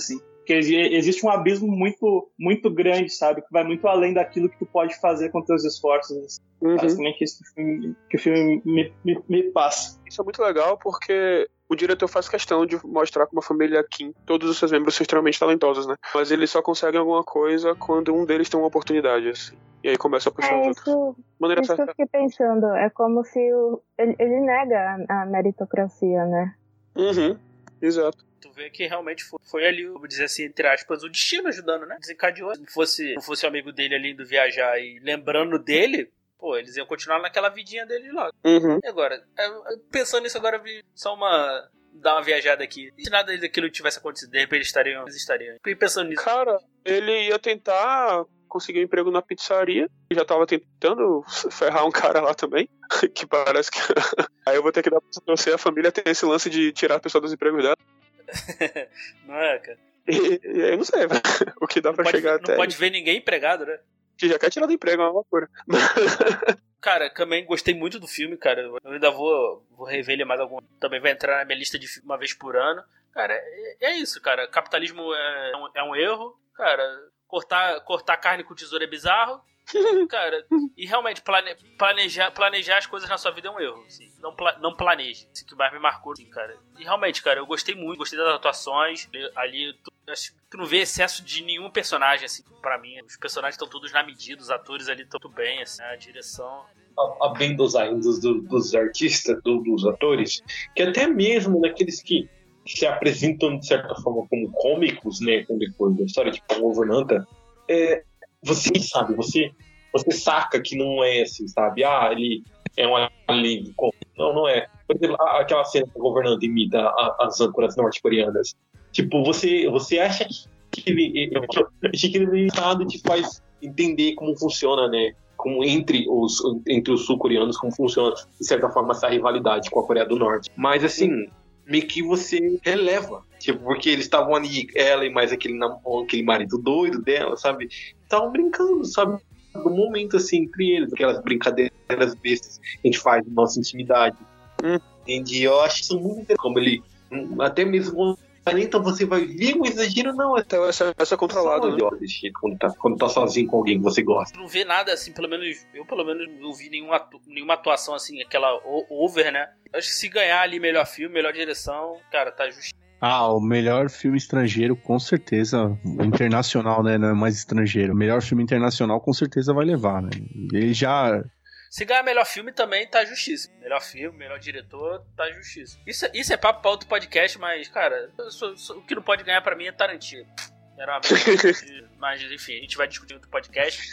Porque existe um abismo muito, muito grande, sabe? Que vai muito além daquilo que tu pode fazer com teus esforços. Basicamente isso que o filme me passa. Isso é muito legal porque o diretor faz questão de mostrar como a família Kim, todos os seus membros são extremamente talentosos, né? Mas eles só conseguem alguma coisa quando um deles tem uma oportunidade, assim. E aí começa a puxar os outros. Isso que eu fiquei pensando. É como se ele nega a meritocracia, né? Exato. Tu vê que realmente foi ali, vou dizer assim, entre aspas, o destino ajudando, né? Desencadeou. Se não fosse o amigo dele ali indo viajar e lembrando dele, pô, eles iam continuar naquela vidinha dele lá. E agora, pensando nisso agora, eu vi só dar uma viajada aqui. Se nada daquilo tivesse acontecido, de repente eles estariam. Fiquei pensando nisso. Cara, ele ia tentar conseguir um emprego na pizzaria. Já tava tentando ferrar um cara lá também. Que parece que... Aí eu vou ter que dar pra torcer. A família tem esse lance de tirar a pessoa dos empregos dela. Não é, cara? E eu não sei, velho. O que dá pra chegar até... Não pode ver ninguém empregado, né? Que já quer tirar do emprego, é uma loucura. Cara, também gostei muito do filme, cara. Eu ainda vou rever ele mais algum. Também vai entrar na minha lista de uma vez por ano. Cara, é isso, cara. Capitalismo é um erro. Cara, cortar carne com tesoura é bizarro. Cara, e realmente planejar as coisas na sua vida é um erro, assim. Não planeje. Isso que mais me marcou, assim, cara. E realmente, cara, eu gostei muito, gostei das atuações. Ali, tu não vê excesso de nenhum personagem, assim, pra mim. Os personagens estão todos na medida, os atores ali estão tudo bem, assim, a direção. A bem dosagem dos artistas, dos atores, que até mesmo daqueles que se apresentam de certa forma como cômicos, né, com depois da história, tipo o governanta, você sabe, você saca que não é assim, sabe? Ele é um alívio. Não é. Por exemplo, aquela cena que o governante imita as âncoras norte-coreanas. Tipo, você acha que ele é engraçado, te faz entender como funciona, né? Como entre os sul-coreanos, como funciona, de certa forma, essa rivalidade com a Coreia do Norte. Mas, assim, meio que você releva. Tipo, porque eles estavam ali, ela e mais aquele marido doido dela, sabe? Estavam brincando, sabe? No momento, assim, entre eles, aquelas brincadeiras bestas que a gente faz na nossa intimidade. Entende? Eu acho isso muito interessante. Como ele, até mesmo, então você vai ver um exagero, não. Então essa controlada, né? Quando tá sozinho com alguém que você gosta. Não vê nada, assim, pelo menos não vi nenhuma atuação, assim, aquela over, né? Acho que se ganhar ali melhor filme, melhor direção, cara, tá justo. O melhor filme estrangeiro, com certeza. Internacional, né? Não é mais estrangeiro. O melhor filme internacional, com certeza, vai levar, né? Ele já... Se ganhar melhor filme também tá justíssimo. Melhor filme, melhor diretor, tá justíssimo. Isso é papo pra outro podcast, mas, cara, o que não pode ganhar pra mim é Tarantino. Era uma merda. Mas, enfim, a gente vai discutir outro podcast.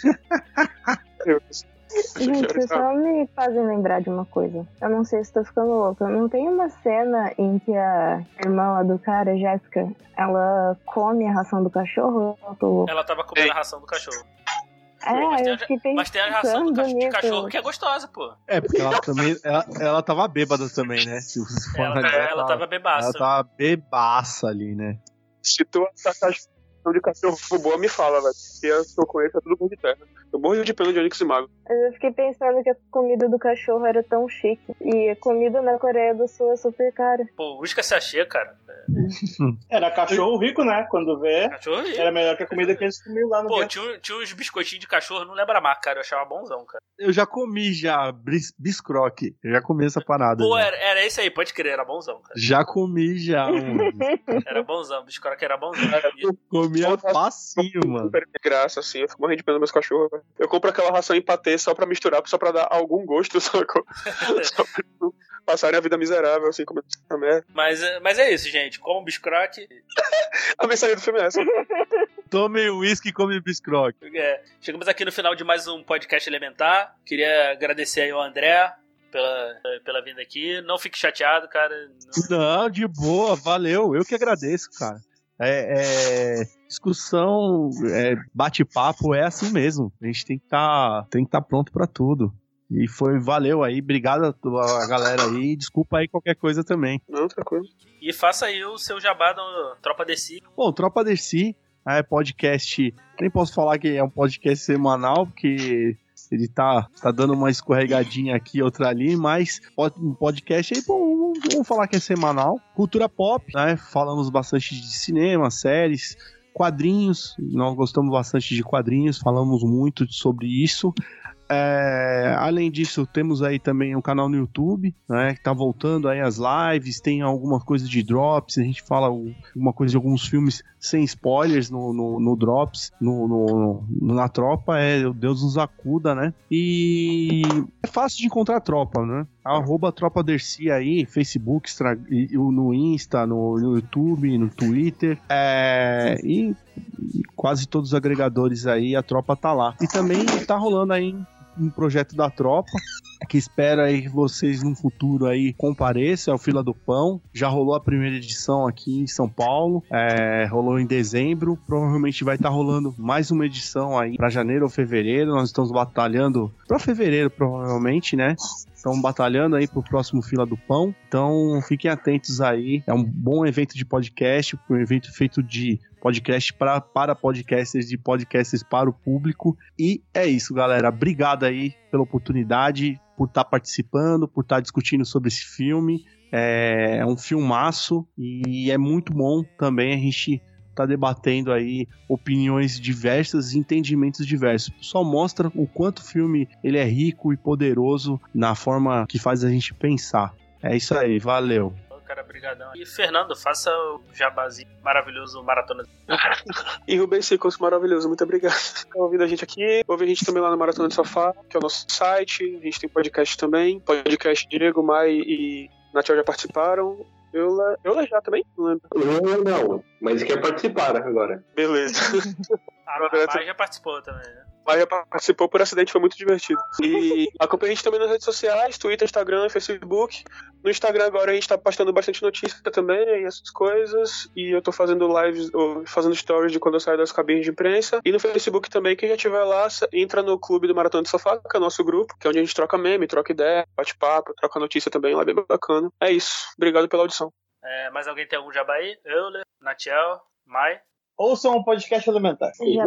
Gente, vocês só me fazem lembrar de uma coisa. Eu não sei se tô ficando louca. Não tem uma cena em que a irmã lá do cara, Jéssica, ela come a ração do cachorro? Ela tava comendo a ração do cachorro. Mas tem a ração de cachorro que é gostosa, pô. Porque ela também. Ela tava bêbada também, né? Ela tava bebaça. Ela tava bebaça ali, né? Se tu atacar de cachorro boa, me fala, velho. Porque eu tô com ele, tá tudo bom de terra. Eu morro de pena de Onyx e Mago. Eu fiquei pensando que a comida do cachorro era tão chique. E a comida na Coreia do Sul é super cara. Pô, busca se achei, cara. Era cachorro rico, né? Quando vê, cachorro rico. Era melhor que a comida que eles comiam lá no Pô, tinha uns biscoitinhos de cachorro, não lembro a marca, cara. Eu achava bonzão, cara. Eu já comi biscroque. Eu já comi essa parada. Pô, era esse aí, pode crer, era bonzão, cara. Já comi, Era bonzão, biscroque era bonzão. Comia facinho, mano. Graça, assim, eu fico morrendo de pena dos meus cachorros, velho. Eu compro aquela ração em patê só pra misturar, só pra dar algum gosto, só pra passarem a vida miserável, assim, como essa merda. Mas é isso, gente. Como biscroque. A mensagem do filme é essa. Tome uísque e come biscroque. Chegamos aqui no final de mais um podcast elementar. Queria agradecer aí ao André pela vinda aqui. Não fique chateado, cara. Não, de boa, valeu. Eu que agradeço, cara. Discussão, bate-papo é assim mesmo. A gente tem que estar pronto pra tudo. E valeu aí, obrigado a galera aí. Desculpa aí qualquer coisa também. Não, tranquilo. E faça aí o seu jabá no Tropa DC. Bom, Tropa DC é podcast. Nem posso falar que é um podcast semanal, porque ele tá dando uma escorregadinha aqui, outra ali, mas um podcast aí, bom, vamos falar que é semanal. Cultura pop, né? Falamos bastante de cinema, séries. quadrinhos, nós gostamos bastante de quadrinhos, falamos muito sobre isso. Além disso, temos aí também um canal no YouTube, né, que tá voltando aí as lives, tem alguma coisa de Drops, a gente fala alguma coisa de alguns filmes sem spoilers no Drops, na Tropa, o Deus nos acuda, né, e é fácil de encontrar a Tropa, né, @TropaDercy aí, Facebook, no Insta, no YouTube, no Twitter, e quase todos os agregadores aí, a Tropa tá lá. E também tá rolando aí um projeto da Tropa, que espera aí que vocês no futuro aí compareçam, é o Fila do Pão. Já rolou a primeira edição aqui em São Paulo, rolou em dezembro, provavelmente vai estar rolando mais uma edição aí para janeiro ou fevereiro. Nós estamos batalhando para fevereiro, provavelmente, né? Estão batalhando aí pro próximo Fila do Pão. Então fiquem atentos aí. É um bom evento de podcast, um evento feito de podcast para podcasters, de podcasters para o público. E é isso, galera. Obrigado aí pela oportunidade, por estar participando, por estar discutindo sobre esse filme. É um filmaço e é muito bom também a gente tá debatendo aí opiniões diversas e entendimentos diversos. Só mostra o quanto o filme ele é rico e poderoso na forma que faz a gente pensar. É isso aí, valeu. Cara, brigadão. E Fernando, faça o jabazinho maravilhoso Maratona. E Rubens Ciclos, maravilhoso, muito obrigado por ouvir a gente aqui. Ouve a gente também lá no Maratona do Sofá, que é o nosso site. A gente tem podcast também. Podcast Diego, Mai e Natel já participaram. Eu já também? Não lembro. Eu não, mas quer participar agora. Beleza. A Mai já participou também, né? Maia participou por acidente, foi muito divertido. E acompanha a gente também nas redes sociais, Twitter, Instagram, Facebook. No Instagram agora a gente tá postando bastante notícia também, essas coisas. E eu tô fazendo lives, fazendo stories de quando eu saio das cabines de imprensa. E no Facebook também, quem já tiver lá, entra no Clube do Maratona do Sofá, que é o nosso grupo, que é onde a gente troca meme, troca ideia, bate papo, troca notícia também, lá é bem bacana. É isso, obrigado pela audição. Mais alguém tem algum jabá aí? Euler, Natiel, Mai? Ouçam um podcast elementar.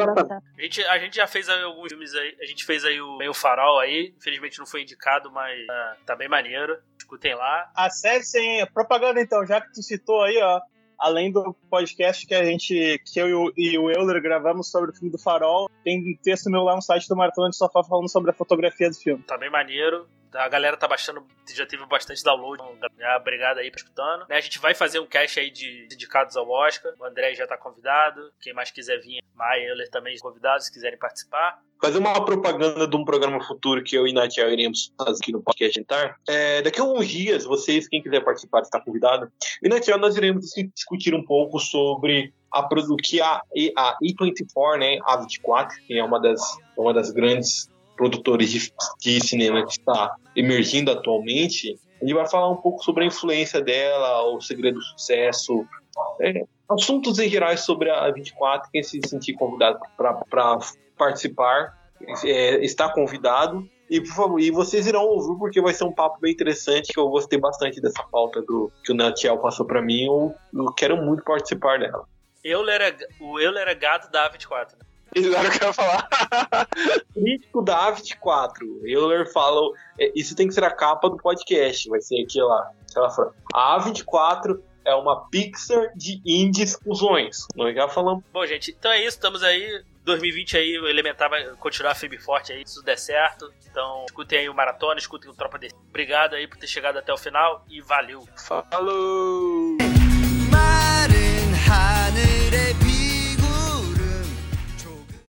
A gente já fez aí alguns filmes aí. A gente fez aí o Farol aí. Infelizmente não foi indicado, mas tá bem maneiro. Escutem lá. Acessem propaganda então, já que tu citou aí, ó. Além do podcast que eu e o Euler gravamos sobre o filme do Farol, tem um texto meu lá no site do Maratona de Sofá falando sobre a fotografia do filme. Tá bem maneiro. A galera tá baixando, já teve bastante download, então, obrigado aí por escutando. A gente vai fazer um cast aí de indicados ao Oscar, o André já tá convidado, quem mais quiser vir, Maia e Euler também convidados, se quiserem participar. Fazer uma propaganda de um programa futuro que eu e Natiel iremos fazer aqui no podcast Jantar. Daqui a alguns dias, vocês, quem quiser participar, está convidado. E Natiel, nós iremos discutir um pouco sobre o que a A24, né, A24, que é uma das grandes produtores de cinema que está emergindo atualmente. A gente vai falar um pouco sobre a influência dela, o segredo do sucesso, assuntos em geral sobre a A24. Quem se sentir convidado para participar está convidado. E, por favor, vocês irão ouvir, porque vai ser um papo bem interessante, que eu gostei bastante dessa pauta que o Natiel passou para mim. Eu quero muito participar dela. O Euler é gado da A24, né? Isso era o que eu ia falar. Crítico da A24. Euler fala, isso tem que ser a capa do podcast, vai ser aquela a A24 é uma Pixar de indies fusões. Nós já falamos. Bom, gente, então é isso, estamos aí. 2020 aí, o Elementar vai continuar firme e forte aí, se tudo der certo. Então, escutem aí o Maratona, escutem o Tropa DC. Obrigado aí por ter chegado até o final e valeu. Falou!